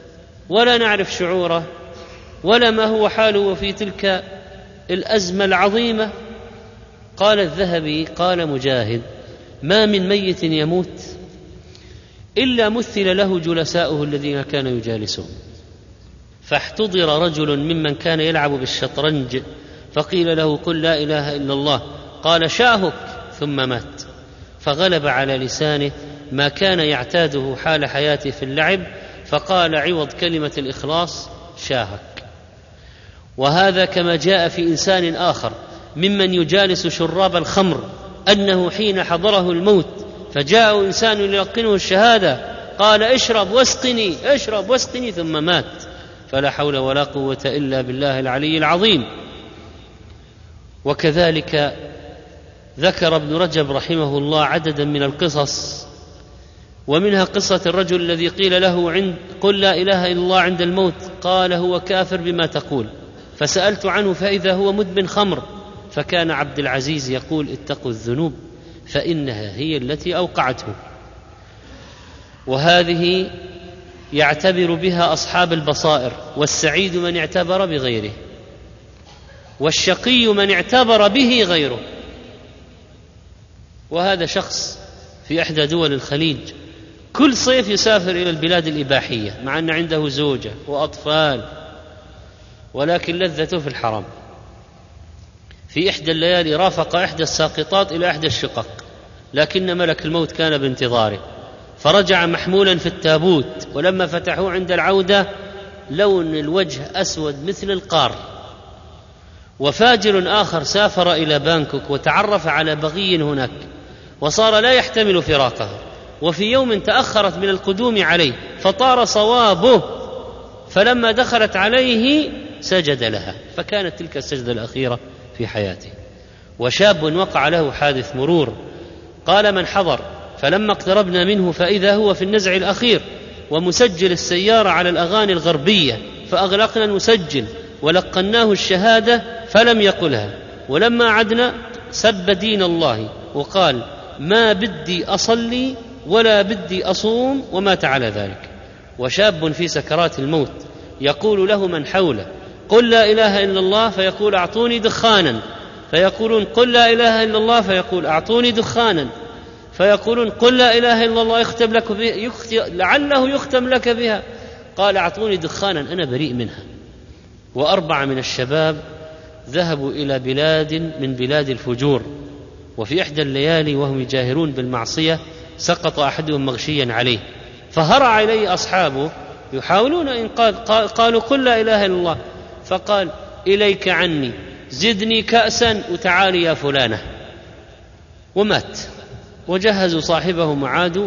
[SPEAKER 4] ولا نعرف شعوره ولا ما هو حاله في تلك الأزمة العظيمة. قال الذهبي قال مجاهد: ما من ميت يموت إلا مثل له جلساؤه الذين كان يجالسون. فاحتضر رجل ممن كان يلعب بالشطرنج فقيل له: قل لا إله إلا الله. قال: شاهك، ثم مات. فغلب على لسانه ما كان يعتاده حال حياته في اللعب، فقال عوض كلمة الإخلاص: شاهك. وهذا كما جاء في إنسان آخر ممن يجالس شراب الخمر أنه حين حضره الموت فجاء إنسان يلقنه الشهادة قال: اشرب واسقني، اشرب واسقني، ثم مات. فلا حول ولا قوة إلا بالله العلي العظيم. وكذلك ذكر ابن رجب رحمه الله عددا من القصص، ومنها قصة الرجل الذي قيل له: عند قل لا إله إلا الله عند الموت، قال: هو كافر بما تقول. فسألت عنه فإذا هو مدمن خمر. فكان عبد العزيز يقول: اتقوا الذنوب فإنها هي التي أوقعته. وهذه يعتبر بها أصحاب البصائر، والسعيد من اعتبر بغيره، والشقي من اعتبر به غيره. وهذا شخص في إحدى دول الخليج كل صيف يسافر إلى البلاد الإباحية مع أن عنده زوجة وأطفال، ولكن لذته في الحرام. في إحدى الليالي رافق إحدى الساقطات إلى إحدى الشقق، لكن ملك الموت كان بانتظاره، فرجع محمولا في التابوت، ولما فتحوه عند العودة لون الوجه أسود مثل القار. وفاجر آخر سافر إلى بانكوك وتعرف على بغي هناك وصار لا يحتمل فراقه، وفي يوم تأخرت من القدوم عليه فطار صوابه، فلما دخلت عليه سجد لها، فكانت تلك السجدة الأخيرة في حياته. وشاب وقع له حادث مرور، قال من حضر: فلما اقتربنا منه فإذا هو في النزع الأخير ومسجل السيارة على الأغاني الغربية، فأغلقنا المسجل ولقناه الشهادة فلم يقلها، ولما عدنا سب دين الله وقال: ما بدي أصلي ولا بدي أصوم، ومات على ذلك. وشاب في سكرات الموت يقول له من حوله: قل لا إله إلا الله، فيقول: أعطوني دخانا. فيقولون: قل لا إله إلا الله، فيقول: أعطوني دخانا. فيقولون: قل لا إله إلا الله يختم لك بها، يختم لعله يختم لك بها. قال: أعطوني دخانا أنا بريء منها. وأربعة من الشباب ذهبوا إلى بلاد من بلاد الفجور، وفي إحدى الليالي وهم يجاهرون بالمعصية سقط أحدهم مغشيا عليه، فهرع إليه أصحابه يحاولون إنقاذ، قالوا: قل لا إله إلا الله. فقال: إليك عني، زدني كأسا وتعالي يا فلانة. ومات. وجهزوا صاحبه معادوا،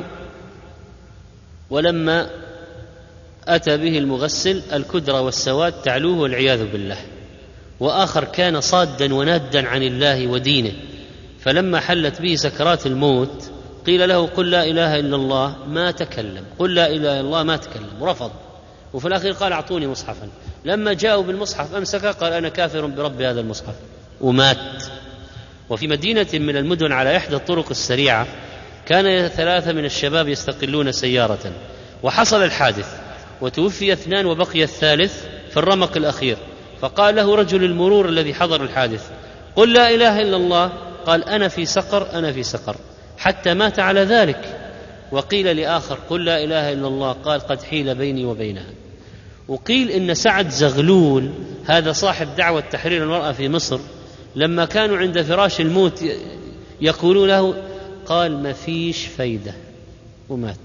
[SPEAKER 4] ولما أتى به المغسل الكدرة والسواد تعلوه والعياذ بالله. وآخر كان صادا ونادا عن الله ودينه، فلما حلت به سكرات الموت قيل له: قل لا إله إلا الله، ما تكلم. قل لا إله إلا الله، ما تكلم ورفض. وفي الأخير قال: أعطوني مصحفا. لما جاءوا بالمصحف أمسكه، قال: أنا كافر برب هذا المصحف، ومات. وفي مدينة من المدن على إحدى الطرق السريعة كان ثلاثة من الشباب يستقلون سيارة، وحصل الحادث وتوفي اثنان وبقي الثالث في الرمق الأخير. فقال له رجل المرور الذي حضر الحادث: قل لا إله إلا الله. قال: أنا في سقر، أنا في سقر، حتى مات على ذلك. وقيل لآخر: قل لا إله إلا الله. قال: قد حيل بيني وبينها. وقيل إن سعد زغلول هذا صاحب دعوة تحرير المرأة في مصر، لما كانوا عند فراش الموت يقولون له، قال: ما فيش فايدة، ومات.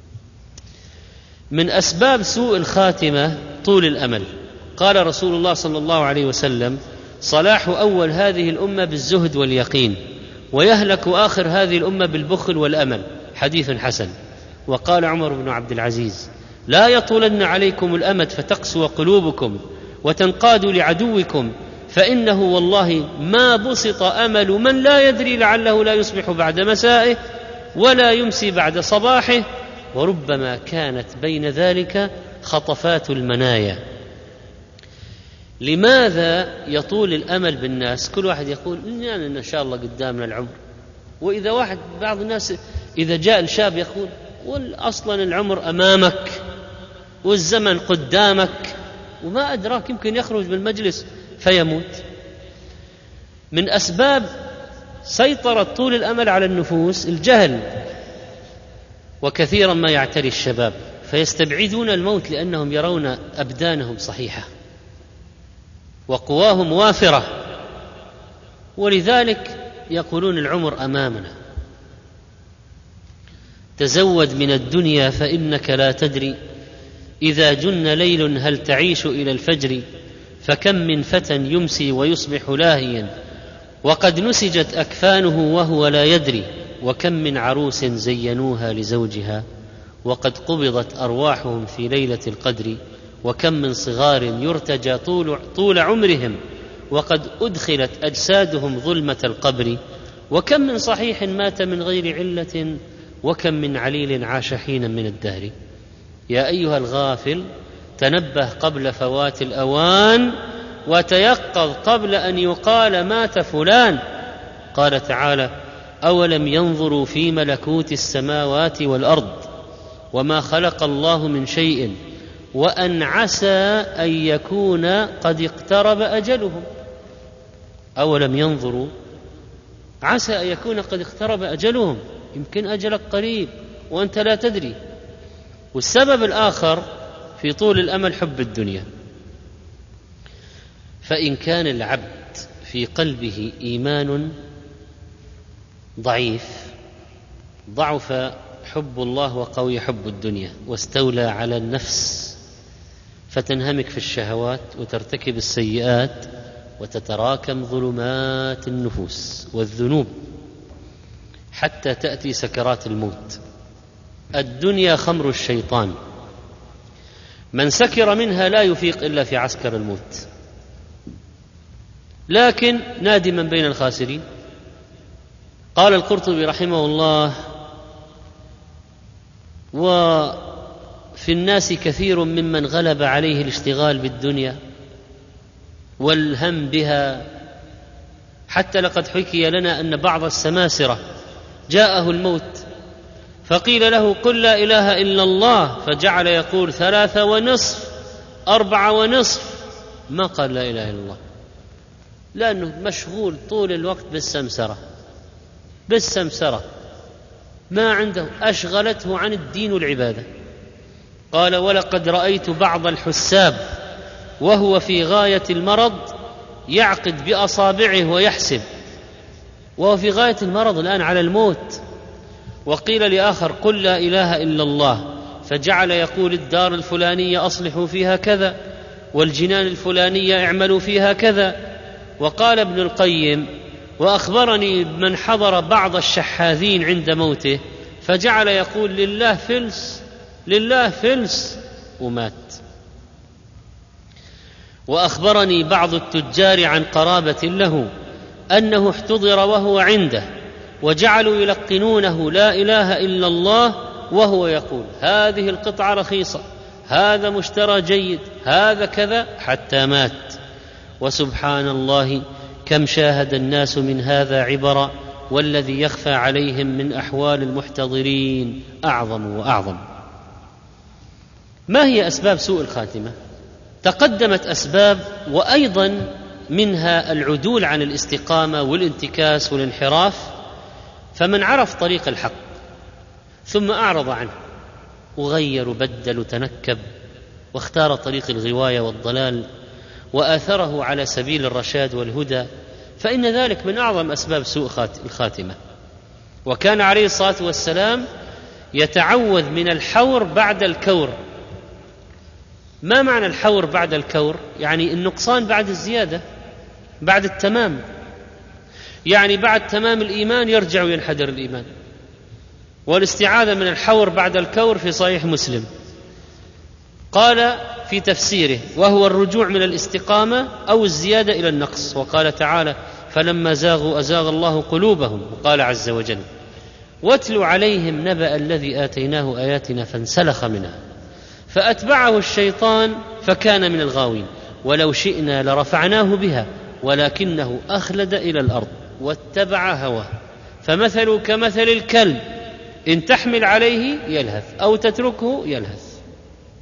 [SPEAKER 4] من أسباب سوء الخاتمة طول الأمل. قال رسول الله صلى الله عليه وسلم: صلاح أول هذه الأمة بالزهد واليقين، ويهلك آخر هذه الأمة بالبخل والأمل. حديث حسن. وقال عمر بن عبد العزيز: لا يطولن عليكم الأمد فتقسو قلوبكم وتنقادوا لعدوكم، فإنه والله ما بسط أمل من لا يدري لعله لا يصبح بعد مسائه ولا يمسي بعد صباحه، وربما كانت بين ذلك خطفات المنايا. لماذا يطول الأمل بالناس؟ كل واحد يقول يعني إن شاء الله قدامنا العمر. وإذا واحد بعض الناس إذا جاء الشاب يقول: أصلا العمر أمامك، والزمن قدامك وما أدراك، يمكن يخرج بالمجلس فيموت. من أسباب سيطرة طول الأمل على النفوس الجهل، وكثيرا ما يعتري الشباب فيستبعدون الموت لأنهم يرون أبدانهم صحيحة وقواهم وافرة، ولذلك يقولون العمر أمامنا. تزود من الدنيا فإنك لا تدري، إذا جن ليل هل تعيش إلى الفجر، فكم من فتى يمسي ويصبح لاهيا وقد نسجت أكفانه وهو لا يدري، وكم من عروس زينوها لزوجها وقد قبضت أرواحهم في ليلة القدر، وكم من صغار يرتجى طول, طول عمرهم وقد أدخلت أجسادهم ظلمة القبر، وكم من صحيح مات من غير علة، وكم من عليل عاش حينا من الدهر. يا أيها الغافل تنبه قبل فوات الأوان، وتيقظ قبل أن يقال مات فلان. قال تعالى: أولم ينظروا في ملكوت السماوات والأرض وما خلق الله من شيء وأن عسى أن يكون قد اقترب أجلهم. أولم ينظروا، عسى أن يكون قد اقترب أجلهم، يمكن أجلك قريب وأنت لا تدري. والسبب الآخر في طول الأمل حب الدنيا، فإن كان العبد في قلبه إيمان ضعيف ضعف حب الله وقوي حب الدنيا واستولى على النفس، فتنهمك في الشهوات وترتكب السيئات وتتراكم ظلمات النفوس والذنوب حتى تأتي سكرات الموت. الدنيا خمر الشيطان، من سكر منها لا يفيق إلا في عسكر الموت، لكن نادما بين الخاسرين. قال القرطبي رحمه الله: وفي الناس كثير ممن غلب عليه الاشتغال بالدنيا والهم بها، حتى لقد حكي لنا أن بعض السماسرة جاءه الموت فقيل له: قل لا إله إلا الله، فجعل يقول ثلاثة ونصف أربعة ونصف، ما قال لا إله إلا الله، لأنه مشغول طول الوقت بالسمسرة بالسمسرة ما عنده، أشغلته عن الدين والعبادة. قال: ولقد رأيت بعض الحساب وهو في غاية المرض يعقد بأصابعه ويحسب، وهو في غاية المرض الآن على الموت. وقيل لآخر: قل لا إله إلا الله، فجعل يقول الدار الفلانية أصلحوا فيها كذا، والجنان الفلانية اعملوا فيها كذا. وقال ابن القيم: وأخبرني من حضر بعض الشحاذين عند موته فجعل يقول لله فلس لله فلس ومات. وأخبرني بعض التجار عن قرابة له أنه احتضر وهو عنده وجعلوا يلقنونه لا إله إلا الله وهو يقول هذه القطعة رخيصة، هذا مشترى جيد، هذا كذا، حتى مات. وسبحان الله كم شاهد الناس من هذا عبرا، والذي يخفى عليهم من أحوال المحتضرين أعظم وأعظم. ما هي أسباب سوء الخاتمة؟ تقدمت أسباب، وأيضا منها العدول عن الاستقامة والانتكاس والانحراف. فمن عرف طريق الحق ثم أعرض عنه وغير وبدل وتنكب واختار طريق الغواية والضلال وآثره على سبيل الرشاد والهدى، فإن ذلك من أعظم أسباب سوء الخاتمة. وكان عليه الصلاة والسلام يتعوذ من الحور بعد الكور. ما معنى الحور بعد الكور؟ يعني النقصان بعد الزيادة، بعد التمام، يعني بعد تمام الإيمان يرجع وينحدر الإيمان. والاستعاذة من الحور بعد الكور في صحيح مسلم قال في تفسيره: وهو الرجوع من الاستقامة أو الزيادة إلى النقص. وقال تعالى: فلما زاغوا أزاغ الله قلوبهم. وقال عز وجل: واتل عليهم نبأ الذي آتيناه آياتنا فانسلخ منها فأتبعه الشيطان فكان من الغاوين ولو شئنا لرفعناه بها ولكنه أخلد إلى الأرض واتبع هواه فمثله كمثل الكلب إن تحمل عليه يلهث أو تتركه يلهث.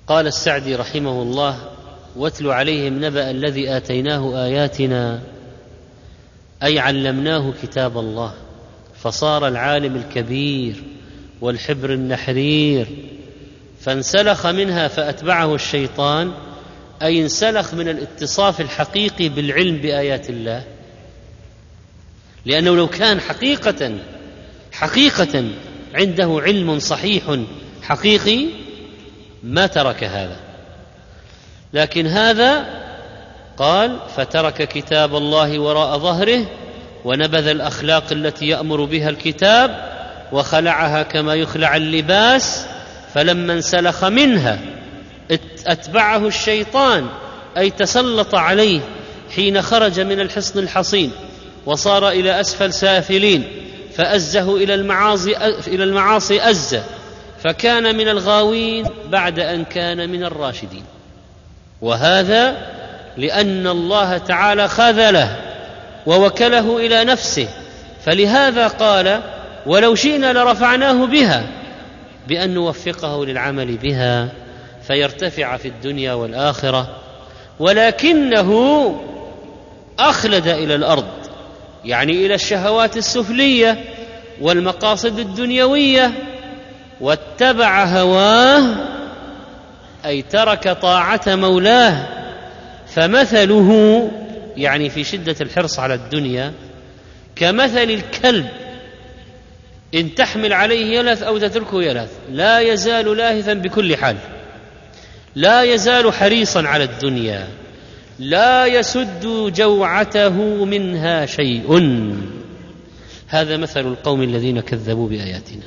[SPEAKER 4] قال السعدي رحمه الله: واتل عليهم نبأ الذي آتيناه آياتنا، أي علمناه كتاب الله، فصار العالم الكبير والحبر النحرير، فانسلخ منها فأتبعه الشيطان، أي انسلخ من الاتصاف الحقيقي بالعلم بآيات الله، لأنه لو كان حقيقة حقيقة عنده علم صحيح حقيقي ما ترك هذا. لكن هذا قال: فترك كتاب الله وراء ظهره، ونبذ الأخلاق التي يأمر بها الكتاب، وخلعها كما يخلع اللباس، فلما انسلخ منها أتبعه الشيطان، أي تسلط عليه حين خرج من الحصن الحصين وصار إلى أسفل سافلين، فأزه إلى المعاصي إلى المعاصي أزة، فكان من الغاوين بعد أن كان من الراشدين. وهذا لأن الله تعالى خذله ووكله إلى نفسه، فلهذا قال: ولو شئنا لرفعناه بها، بأن نوفقه للعمل بها فيرتفع في الدنيا والآخرة، ولكنه أخلد إلى الأرض، يعني إلى الشهوات السفلية والمقاصد الدنيوية، واتبع هواه، أي ترك طاعة مولاه. فمثله، يعني في شدة الحرص على الدنيا، كمثل الكلب إن تحمل عليه يلهث أو تتركه يلهث، لا يزال لاهثا بكل حال، لا يزال حريصا على الدنيا، لا يسد جوعته منها شيء. هذا مثل القوم الذين كذبوا بآياتنا.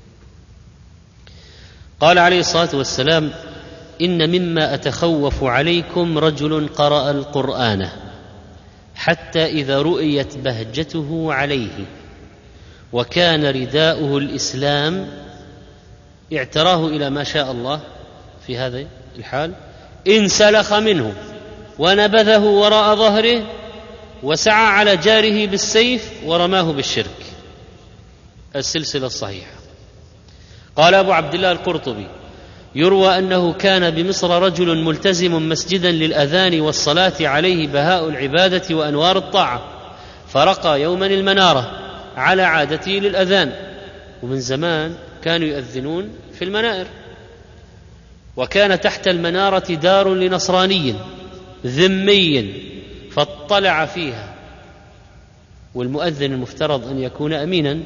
[SPEAKER 4] قال عليه الصلاة والسلام: إن مما أتخوف عليكم رجل قرأ القرآن حتى إذا رؤيت بهجته عليه وكان رداؤه الإسلام اعتراه إلى ما شاء الله في هذا الحال، انسلخ منه ونبذه وراء ظهره وسعى على جاره بالسيف ورماه بالشرك. السلسلة الصحيحة. قال أبو عبد الله القرطبي: يروى أنه كان بمصر رجل ملتزم مسجدا للأذان والصلاة عليه بهاء العبادة وأنوار الطاعة، فرقى يوما المنارة على عادته للأذان، ومن زمان كانوا يؤذنون في المنائر، وكان تحت المنارة دار لنصراني ذمي فاطلع فيها، والمؤذن المفترض أن يكون أمينا،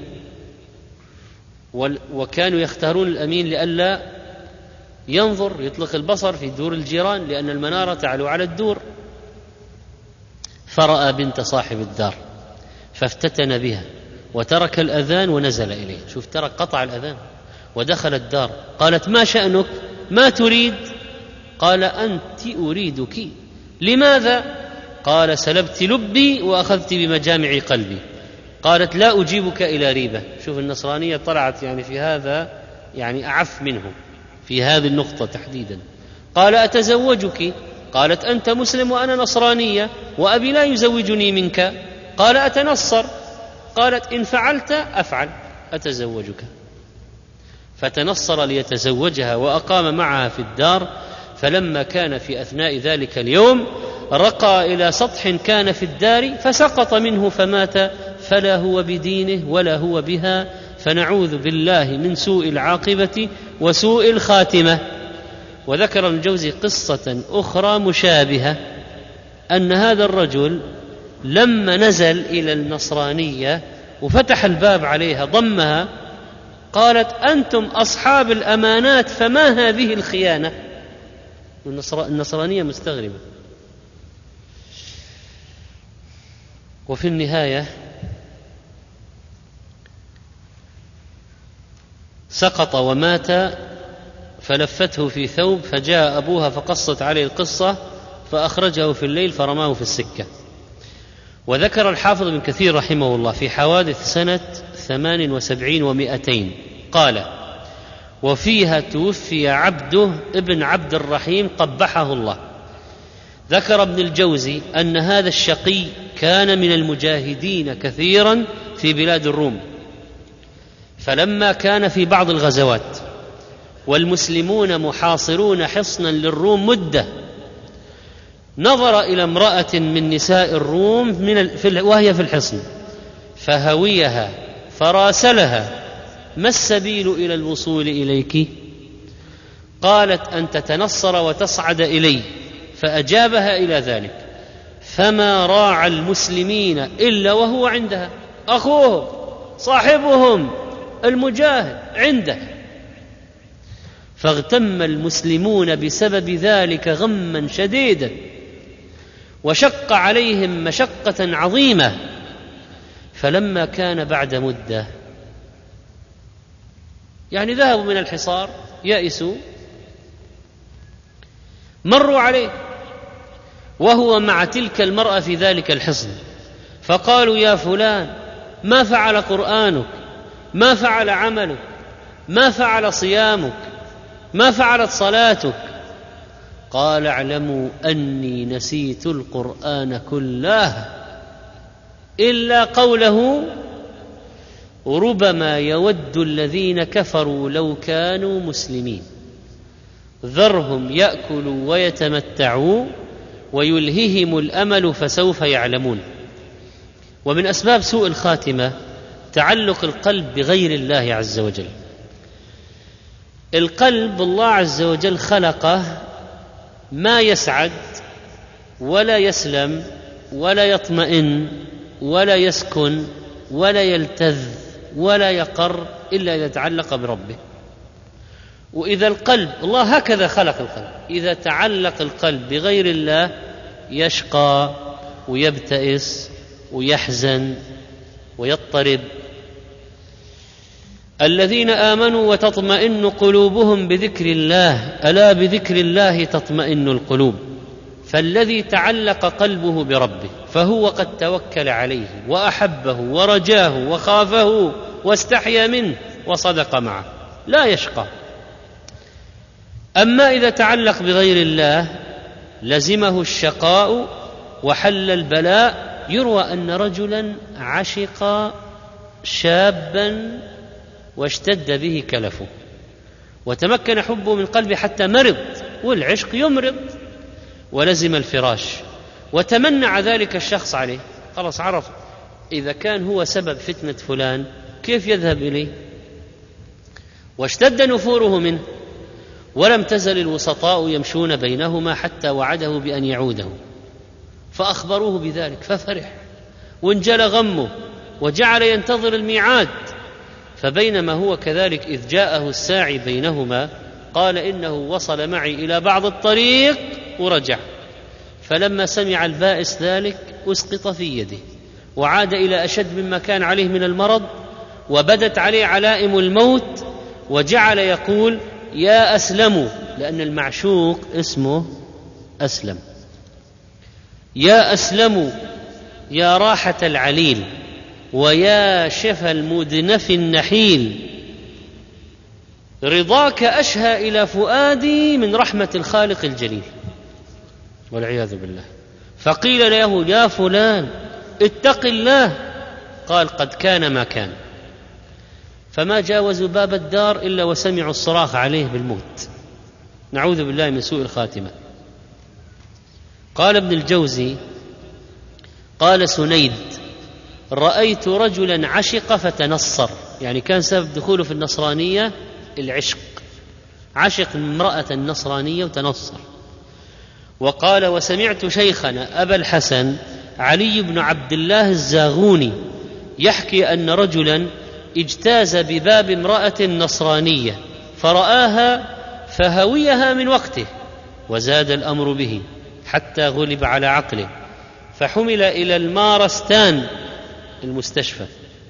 [SPEAKER 4] وكانوا يختارون الأمين لئلا ينظر يطلق البصر في دور الجيران، لأن المنارة تعلو على الدور. فرأى بنت صاحب الدار فافتتن بها وترك الأذان ونزل إليه. شوف، ترك قطع الأذان ودخل الدار. قالت: ما شأنك؟ ما تريد؟ قال: أنت أريدك. لماذا؟ قال: سلبت لبي وأخذت بمجامع قلبي. قالت: لا أجيبك إلى ريبة. شوف، النصرانية طلعت يعني في هذا يعني أعف منه في هذه النقطة تحديدا. قال: أتزوجك؟ قالت: أنت مسلم وأنا نصرانية وأبي لا يزوجني منك. قال: أتنصر؟ قالت: إن فعلت أفعل، أتزوجك. فتنصر ليتزوجها وأقام معها في الدار. فلما كان في أثناء ذلك اليوم رقى إلى سطح كان في الدار فسقط منه فمات، فلا هو بدينه ولا هو بها، فنعوذ بالله من سوء العاقبة وسوء الخاتمة. وذكر الجوزي قصة أخرى مشابهة، أن هذا الرجل لما نزل إلى النصرانية وفتح الباب عليها ضمها، قالت: أنتم أصحاب الأمانات فما هذه الخيانة؟ النصرانية مستغربة. وفي النهاية سقط ومات، فلفته في ثوب، فجاء أبوها فقصت عليه القصة، فأخرجه في الليل فرماه في السكة. وذكر الحافظ بن كثير رحمه الله في حوادث سنة ثمان وسبعين ومائتين قال: وفيها توفي عبده ابن عبد الرحيم قبحه الله. ذكر ابن الجوزي أن هذا الشقي كان من المجاهدين كثيرا في بلاد الروم، فلما كان في بعض الغزوات والمسلمون محاصرون حصنا للروم مدة، نظر إلى امرأة من نساء الروم من وهي في الحصن فهويها فراسلها: ما السبيل إلى الوصول إليك؟ قالت: أن تتنصر وتصعد إلي. فأجابها إلى ذلك، فما راعى المسلمين إلا وهو عندها، أخوهم صاحبهم المجاهد عنده. فاغتم المسلمون بسبب ذلك غما شديدا، وشق عليهم مشقة عظيمة. فلما كان بعد مدة، يعني ذهبوا من الحصار يأسوا، مروا عليه وهو مع تلك المرأة في ذلك الحصن، فقالوا: يا فلان، ما فعل قرآنك؟ ما فعل عملك؟ ما فعل صيامك؟ ما فعلت صلاتك؟ قال: اعلموا أني نسيت القرآن كله إلا قوله: ربما يود الذين كفروا لو كانوا مسلمين، ذرهم يأكلوا ويتمتعوا ويلههم الأمل فسوف يعلمون. ومن أسباب سوء الخاتمة تعلق القلب بغير الله عز وجل. القلب الله عز وجل خلقه ما يسعد ولا يسلم ولا يطمئن ولا يسكن ولا يلتذ ولا يقر إلا إذا تعلق بربه. وإذا القلب، الله هكذا خلق القلب، إذا تعلق القلب بغير الله يشقى ويبتئس ويحزن ويضطرب. الذين آمنوا وتطمئن قلوبهم بذكر الله، ألا بذكر الله تطمئن القلوب. فالذي تعلق قلبه بربه فهو قد توكل عليه وأحبه ورجاه وخافه واستحيا منه وصدق معه، لا يشقى. أما إذا تعلق بغير الله لزمه الشقاء وحل البلاء. يروى أن رجلا عشق شابا واشتد به كلفه وتمكن حبه من قلبه حتى مرض، والعشق يمرض، ولزم الفراش وتمنع ذلك الشخص عليه. خلاص عرف إذا كان هو سبب فتنة فلان كيف يذهب إليه، واشتد نفوره منه. ولم تزل الوسطاء يمشون بينهما حتى وعده بأن يعوده، فأخبروه بذلك ففرح وانجلى غمه وجعل ينتظر الميعاد. فبينما هو كذلك إذ جاءه الساعي بينهما قال: إنه وصل معي إلى بعض الطريق ورجع. فلما سمع البائس ذلك أسقط في يده وعاد إلى أشد مما كان عليه من المرض، وبدت عليه علائم الموت، وجعل يقول: يا أسلم، لأن المعشوق اسمه أسلم، يا أسلم يا راحة العليل ويا شفى المدنف النحيل، رضاك أشهى إلى فؤادي من رحمة الخالق الجليل، والعياذ بالله. فقيل له: يا فلان اتق الله. قال: قد كان ما كان. فما جاوزوا باب الدار إلا وسمعوا الصراخ عليه بالموت. نعوذ بالله من سوء الخاتمة. قال ابن الجوزي: قال سنيد: رأيت رجلا عشق فتنصر، يعني كان سبب دخوله في النصرانية العشق، عشق امرأة النصرانية وتنصر. وقال: وسمعت شيخنا أبا الحسن علي بن عبد الله الزاغوني يحكي أن رجلا اجتاز بباب امرأة نصرانية فرآها فهويها من وقته، وزاد الأمر به حتى غلب على عقله، فحمل إلى المارستان، المستشفى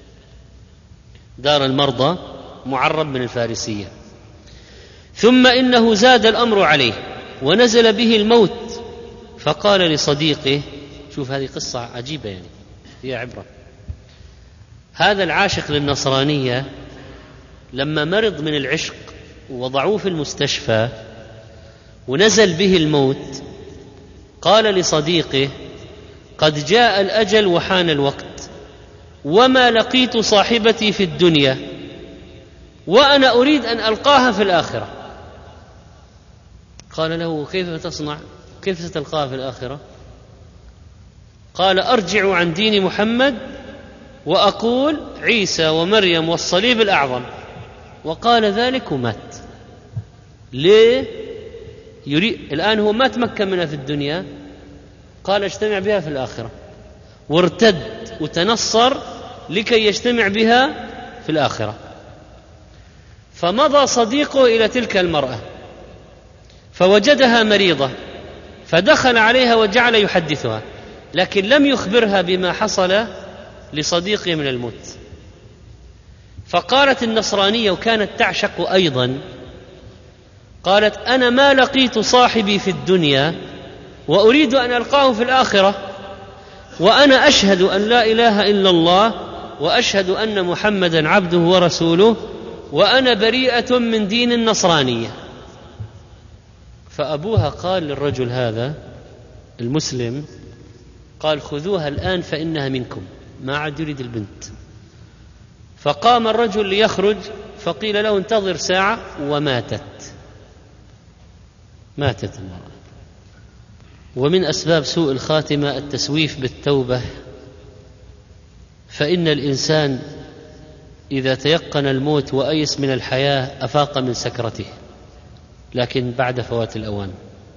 [SPEAKER 4] دار المرضى معرب من الفارسية. ثم إنه زاد الأمر عليه ونزل به الموت، فقال لصديقه، شوف هذه قصة عجيبة يعني فيها عبرة، هذا العاشق للنصرانية لما مرض من العشق ووضعوه في المستشفى ونزل به الموت، قال لصديقه: قد جاء الأجل وحان الوقت، وما لقيت صاحبتي في الدنيا، وأنا أريد أن ألقاها في الآخرة، قال له: كيف تصنع؟ كيف ستلقاه في الآخرة؟ قال: أرجع عن دين محمد وأقول عيسى ومريم والصليب الأعظم. وقال ذلك ومات. ليه؟ يريد الآن هو ما تمكن منها في الدنيا، قال اجتمع بها في الآخرة، وارتد وتنصر لكي يجتمع بها في الآخرة. فمضى صديقه إلى تلك المرأة فوجدها مريضة، فدخل عليها وجعل يحدثها، لكن لم يخبرها بما حصل لصديقه من الموت. فقالت النصرانية، وكانت تعشق أيضا، قالت: أنا ما لقيت صاحبي في الدنيا وأريد أن ألقاه في الآخرة، وأنا أشهد أن لا إله إلا الله وأشهد أن محمدا عبده ورسوله، وأنا بريئة من دين النصرانية. فأبوها قال للرجل هذا المسلم، قال: خذوها الآن فإنها منكم. ما عاد يريد البنت. فقام الرجل ليخرج، فقيل له: انتظر ساعة، وماتت. ماتت المرأة. ومن أسباب سوء الخاتمة التسويف بالتوبة، فإن الإنسان إذا تيقن الموت وأيس من الحياة أفاق من سكرته، لكن بعد فوات الأوان.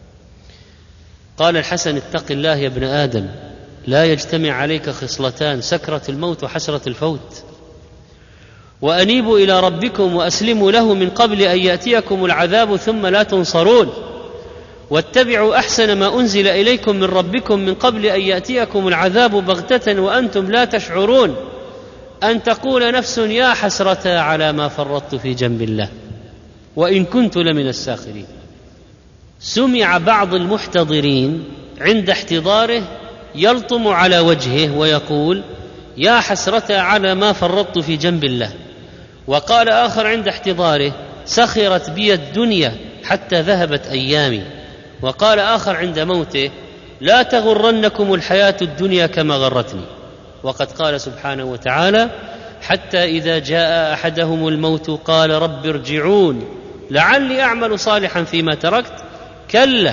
[SPEAKER 4] قال الحسن: اتق الله يا ابن آدم، لا يجتمع عليك خصلتان: سكرة الموت وحسرة الفوت. وأنيبوا إلى ربكم وأسلموا له من قبل أن يأتيكم العذاب ثم لا تنصرون، واتبعوا أحسن ما أنزل إليكم من ربكم من قبل أن يأتيكم العذاب بغتة وأنتم لا تشعرون، أن تقول نفس يا حسرة على ما فرطت في جنب الله وإن كنت لمن الساخرين. سمع بعض المحتضرين عند احتضاره يلطم على وجهه ويقول: يا حسرة على ما فرطت في جنب الله. وقال آخر عند احتضاره: سخرت بي الدنيا حتى ذهبت أيامي. وقال آخر عند موته: لا تغرنكم الحياة الدنيا كما غرتني. وقد قال سبحانه وتعالى: حتى إذا جاء أحدهم الموت قال رب ارجعون لعلي أعمل صالحا فيما تركت، كلا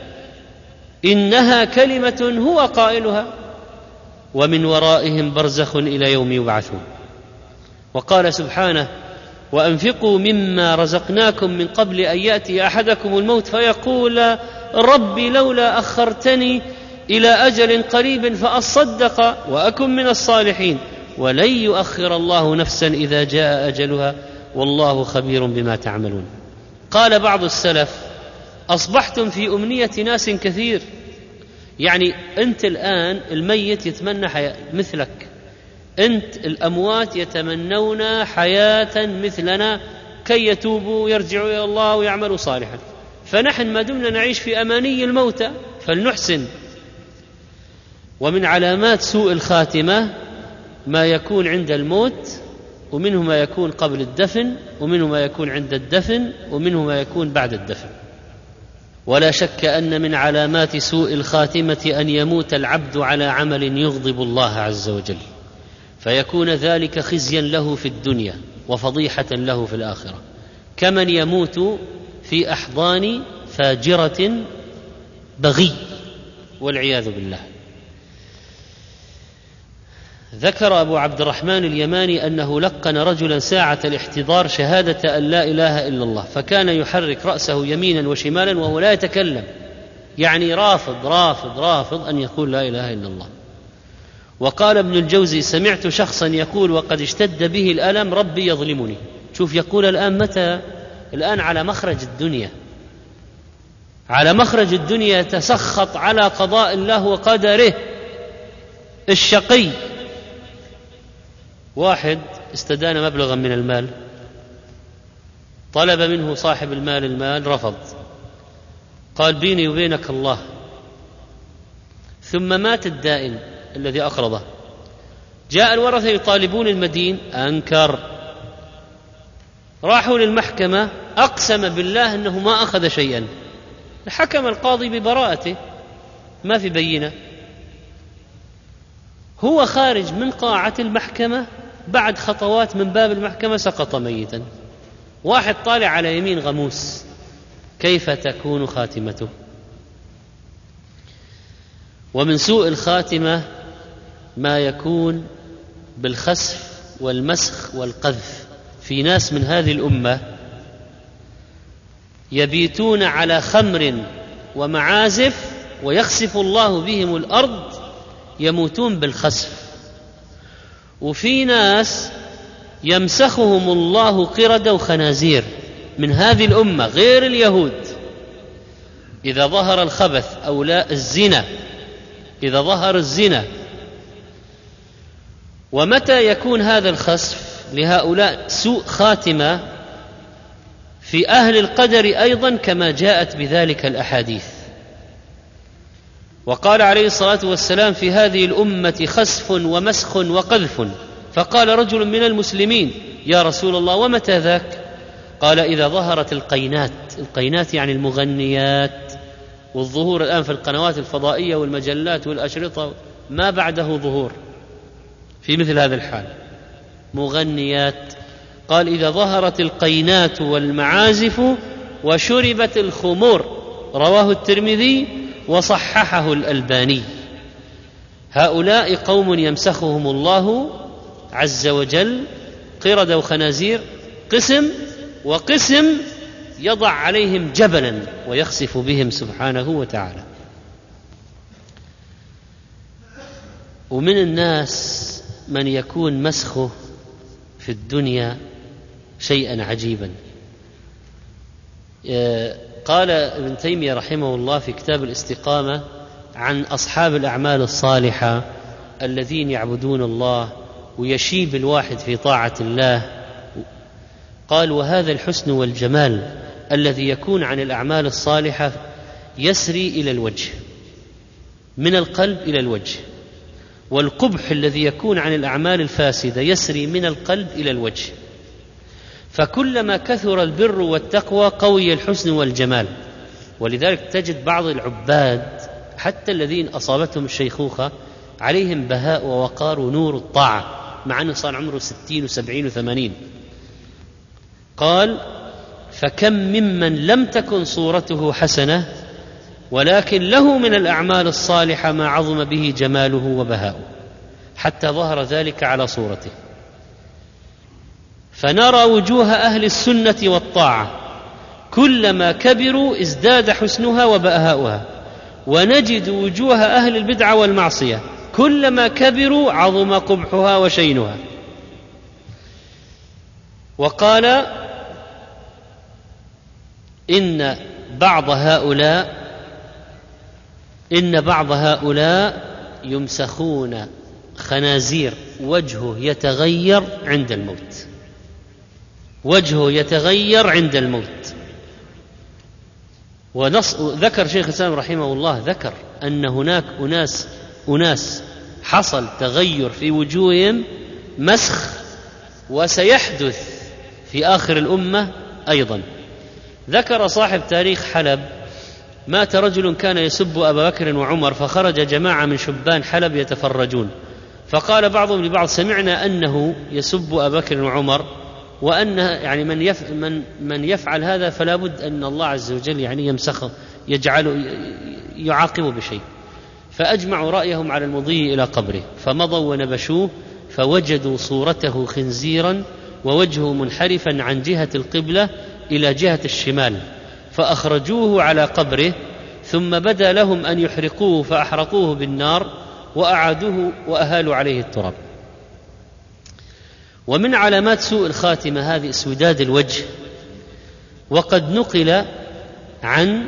[SPEAKER 4] إنها كلمة هو قائلها ومن ورائهم برزخ إلى يوم يبعثون. وقال سبحانه: وأنفقوا مما رزقناكم من قبل أن يأتي أحدكم الموت فيقول ربي لولا أخرتني إلى أجل قريب فأصدق وأكن من الصالحين ولن يؤخر الله نفسا إذا جاء أجلها والله خبير بما تعملون. قال بعض السلف: أصبحتم في أمنية ناس كثير، يعني أنت الآن الميت يتمنى حياة مثلك، أنت الأموات يتمنون حياة مثلنا كي يتوبوا ويرجعوا إلى الله ويعملوا صالحا، فنحن ما دمنا نعيش في أماني الموتى فلنحسن. ومن علامات سوء الخاتمة ما يكون عند الموت، ومنه ما يكون قبل الدفن، ومنه ما يكون عند الدفن، ومنه ما يكون بعد الدفن. ولا شك أن من علامات سوء الخاتمة أن يموت العبد على عمل يغضب الله عز وجل، فيكون ذلك خزيا له في الدنيا وفضيحة له في الآخرة، كمن يموت في أحضان فاجرة بغي والعياذ بالله. ذكر أبو عبد الرحمن اليماني أنه لقن رجلا ساعة الاحتضار شهادة أن لا إله إلا الله، فكان يحرك رأسه يمينا وشمالا وهو لا يتكلم، يعني رافض رافض رافض أن يقول لا إله إلا الله. وقال ابن الجوزي: سمعت شخصا يقول وقد اشتد به الألم ربي يظلمني. شوف يقول الآن متى؟ الآن على مخرج الدنيا، على مخرج الدنيا يتسخط على قضاء الله وقدره. الشقي واحد استدان مبلغا من المال، طلب منه صاحب المال المال، رفض، قال بيني وبينك الله. ثم مات الدائن الذي أقرضه، جاء الورثة يطالبون المدين، أنكر، راحوا للمحكمة، أقسم بالله أنه ما أخذ شيئا، حكم القاضي ببراءته، ما في بينة. هو خارج من قاعة المحكمة بعد خطوات من باب المحكمة سقط ميتا. واحد طالع على يمين غموس، كيف تكون خاتمته؟ ومن سوء الخاتمة ما يكون بالخسف والمسخ والقذف. في ناس من هذه الأمة يبيتون على خمر ومعازف ويخسف الله بهم الأرض، يموتون بالخسف. وفي ناس يمسخهم الله قردة وخنازير من هذه الأمة غير اليهود. إذا ظهر الخبث أو لا الزنا، إذا ظهر الزنا. ومتى يكون هذا الخسف لهؤلاء سوء خاتمة؟ في أهل القدر أيضا كما جاءت بذلك الأحاديث. وقال عليه الصلاة والسلام: في هذه الأمة خسف ومسخ وقذف. فقال رجل من المسلمين: يا رسول الله ومتى ذاك؟ قال: إذا ظهرت القينات. القينات يعني المغنيات، والظهور الآن في القنوات الفضائية والمجلات والأشرطة ما بعده ظهور في مثل هذا الحال، مغنيات. قال: إذا ظهرت القينات والمعازف وشربت الخمور. رواه الترمذي وصححه الألباني. هؤلاء قوم يمسخهم الله عز وجل قردة وخنازير قسم، وقسم يضع عليهم جبلا ويخسف بهم سبحانه وتعالى. ومن الناس من يكون مسخه في الدنيا شيئا عجيبا. قال ابن تيمية رحمه الله في كتاب الاستقامة عن أصحاب الأعمال الصالحة الذين يعبدون الله ويشيب الواحد في طاعة الله، قال: وهذا الحسن والجمال الذي يكون عن الأعمال الصالحة يسري إلى الوجه، من القلب إلى الوجه، والقبح الذي يكون عن الأعمال الفاسدة يسري من القلب إلى الوجه. فكلما كثر البر والتقوى قوي الحسن والجمال. ولذلك تجد بعض العباد حتى الذين أصابتهم الشيخوخة عليهم بهاء ووقار ونور الطاعة، مع أنه صار عمره ستين وسبعين وثمانين. قال: فكم ممن لم تكن صورته حسنة ولكن له من الأعمال الصالحة ما عظم به جماله وبهاؤه حتى ظهر ذلك على صورته. فنرى وجوه أهل السنة والطاعة كلما كبروا ازداد حسنها وبهاؤها، ونجد وجوه أهل البدعة والمعصية كلما كبروا عظم قبحها وشينها. وقال: إن بعض هؤلاء إن بعض هؤلاء يمسخون خنازير وجهه يتغير عند الموت، وجهه يتغير عند الموت. ونص ذكر شيخ الإسلام رحمه الله ذكر أن هناك أناس أناس حصل تغير في وجوههم مسخ، وسيحدث في آخر الأمة أيضا. ذكر صاحب تاريخ حلب: مات رجل كان يسب أبا بكر وعمر، فخرج جماعة من شبان حلب يتفرجون، فقال بعضهم لبعض: سمعنا أنه يسب أبا بكر وعمر، وأن يعني من يف من من يفعل هذا فلا بد أن الله عز وجل يعني يمسخه، يجعله يعاقبه بشيء. فأجمعوا رأيهم على المضي إلى قبره، فمضوا ونبشوه فوجدوا صورته خنزيرا ووجهه منحرفا عن جهة القبلة إلى جهة الشمال، فأخرجوه على قبره، ثم بدا لهم أن يحرقوه فأحرقوه بالنار وأعادوه وأهالوا عليه التراب. ومن علامات سوء الخاتمة هذه اسوداد الوجه. وقد نقل عن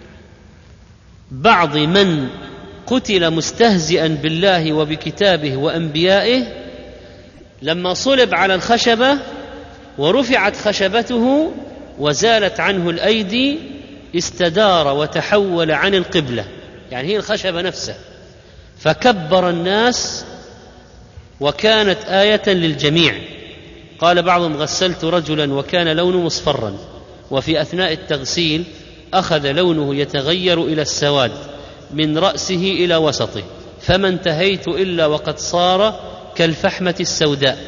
[SPEAKER 4] بعض من قتل مستهزئا بالله وبكتابه وأنبيائه لما صلب على الخشبة ورفعت خشبته وزالت عنه الأيدي استدار وتحول عن القبلة، يعني هي الخشبة نفسها، فكبر الناس وكانت آية للجميع. قال بعضهم: غسلت رجلا وكان لونه مصفرا، وفي أثناء التغسيل أخذ لونه يتغير إلى السواد من رأسه إلى وسطه، فما انتهيت إلا وقد صار كالفحمة السوداء.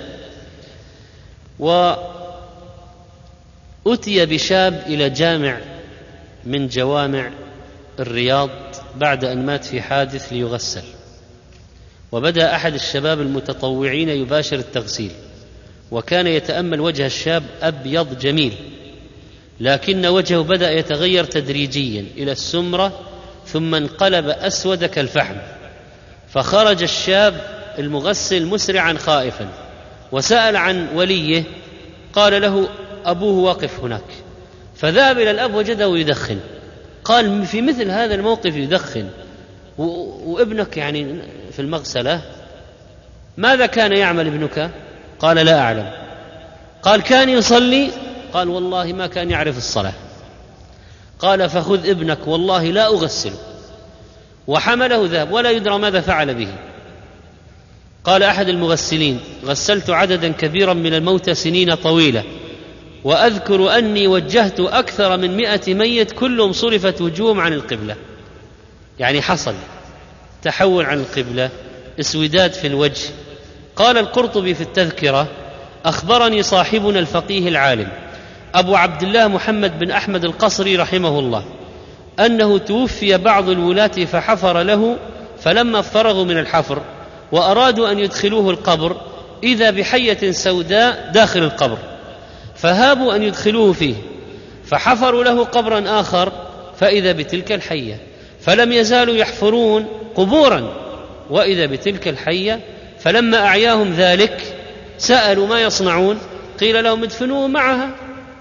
[SPEAKER 4] وأتي بشاب إلى جامع من جوامع الرياض بعد أن مات في حادث ليغسل، وبدأ أحد الشباب المتطوعين يباشر التغسيل، وكان يتأمل وجه الشاب أبيض جميل، لكن وجهه بدأ يتغير تدريجيا إلى السمرة ثم انقلب أسود كالفحم، فخرج الشاب المغسل مسرعا خائفا وسأل عن وليه، قال له أبوه واقف هناك، فذهب إلى الأب وجده يدخن، قال في مثل هذا الموقف يدخن وابنك يعني في المغسلة، ماذا كان يعمل ابنك؟ قال لا أعلم. قال كان يصلي؟ قال والله ما كان يعرف الصلاة. قال فخذ ابنك والله لا أغسله، وحمله ذهب ولا يدرى ماذا فعل به. قال أحد المغسلين غسلت عددا كبيرا من الموتى سنين طويلة، وأذكر أني وجهت أكثر من مئة ميت كلهم صرفت وجوههم عن القبلة، يعني حصل تحول عن القبلة، اسوداد في الوجه. قال القرطبي في التذكرة أخبرني صاحبنا الفقيه العالم أبو عبد الله محمد بن أحمد القصري رحمه الله أنه توفي بعض الولاة فحفر له، فلما فرغوا من الحفر وأرادوا أن يدخلوه القبر إذا بحية سوداء داخل القبر، فهابوا أن يدخلوه فيه، فحفروا له قبرا آخر فإذا بتلك الحية، فلم يزالوا يحفرون قبورا وإذا بتلك الحية، فلما أعياهم ذلك سألوا ما يصنعون، قيل لهم ادفنوه معها.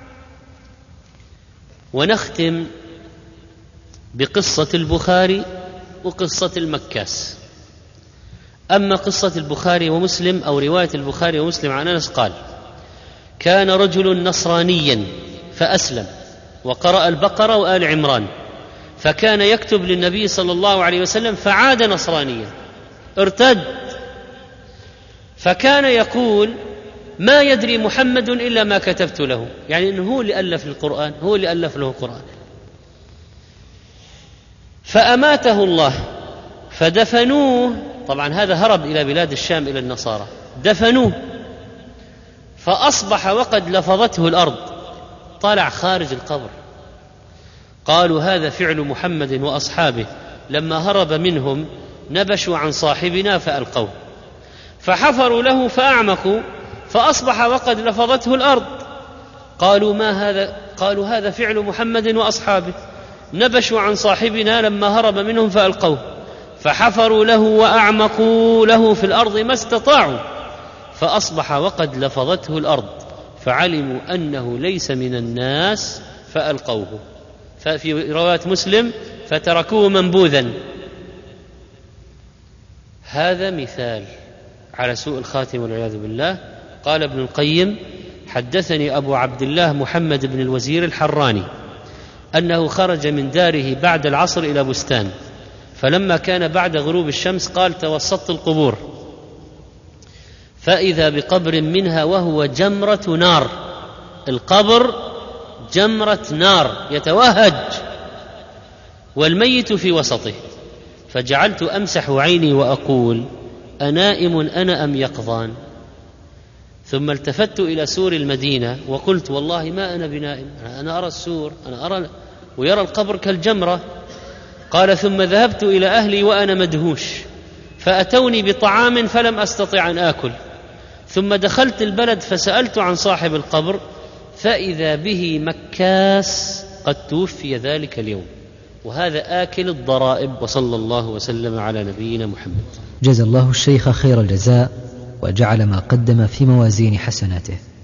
[SPEAKER 4] ونختم بقصة البخاري وقصة المكاس. أما قصة البخاري ومسلم أو رواية البخاري ومسلم عن أنس قال كان رجل نصرانيا فأسلم وقرأ البقرة وآل عمران، فكان يكتب للنبي صلى الله عليه وسلم فعاد نصرانيا ارتد، فكان يقول ما يدري محمد إلا ما كتبت له، يعني إنه هو اللي ألف القرآن، هو اللي ألف له القرآن. فأماته الله فدفنوه، طبعا هذا هرب إلى بلاد الشام إلى النصارى، دفنوه فأصبح وقد لفظته الأرض، طلع خارج القبر. قالوا هذا فعل محمد وأصحابه لما هرب منهم نبشوا عن صاحبنا فألقوه، فحفروا له فأعمقوا فأصبح وقد لفظته الأرض. قالوا ما هذا؟ قالوا هذا فعل محمد وأصحابه نبشوا عن صاحبنا لما هرب منهم فألقوه، فحفروا له وأعمقوا له في الأرض ما استطاعوا، فأصبح وقد لفظته الأرض، فعلموا أنه ليس من الناس فألقوه. ففي رواية مسلم فتركوه منبوذا. هذا مثال على سوء الخاتم والعياذ بالله. قال ابن القيم حدثني أبو عبد الله محمد بن الوزير الحراني أنه خرج من داره بعد العصر إلى بستان، فلما كان بعد غروب الشمس قال توسطت القبور فإذا بقبر منها وهو جمرة نار، القبر جمرة نار يتوهج والميت في وسطه، فجعلت أمسح عيني وأقول أنائم أنا أم يقظان؟ ثم التفت إلى سور المدينة وقلت والله ما أنا بنائم، أنا أرى السور، أنا أرى ويرى القبر كالجمرة. قال ثم ذهبت إلى أهلي وأنا مدهوش، فأتوني بطعام فلم أستطع أن آكل، ثم دخلت البلد فسألت عن صاحب القبر فإذا به مكاس قد توفي ذلك اليوم، وهذا آكل الضرائب. وصلى الله وسلم على نبينا محمد.
[SPEAKER 1] جزى الله الشيخ خير الجزاء وجعل ما قدم في موازين حسناته.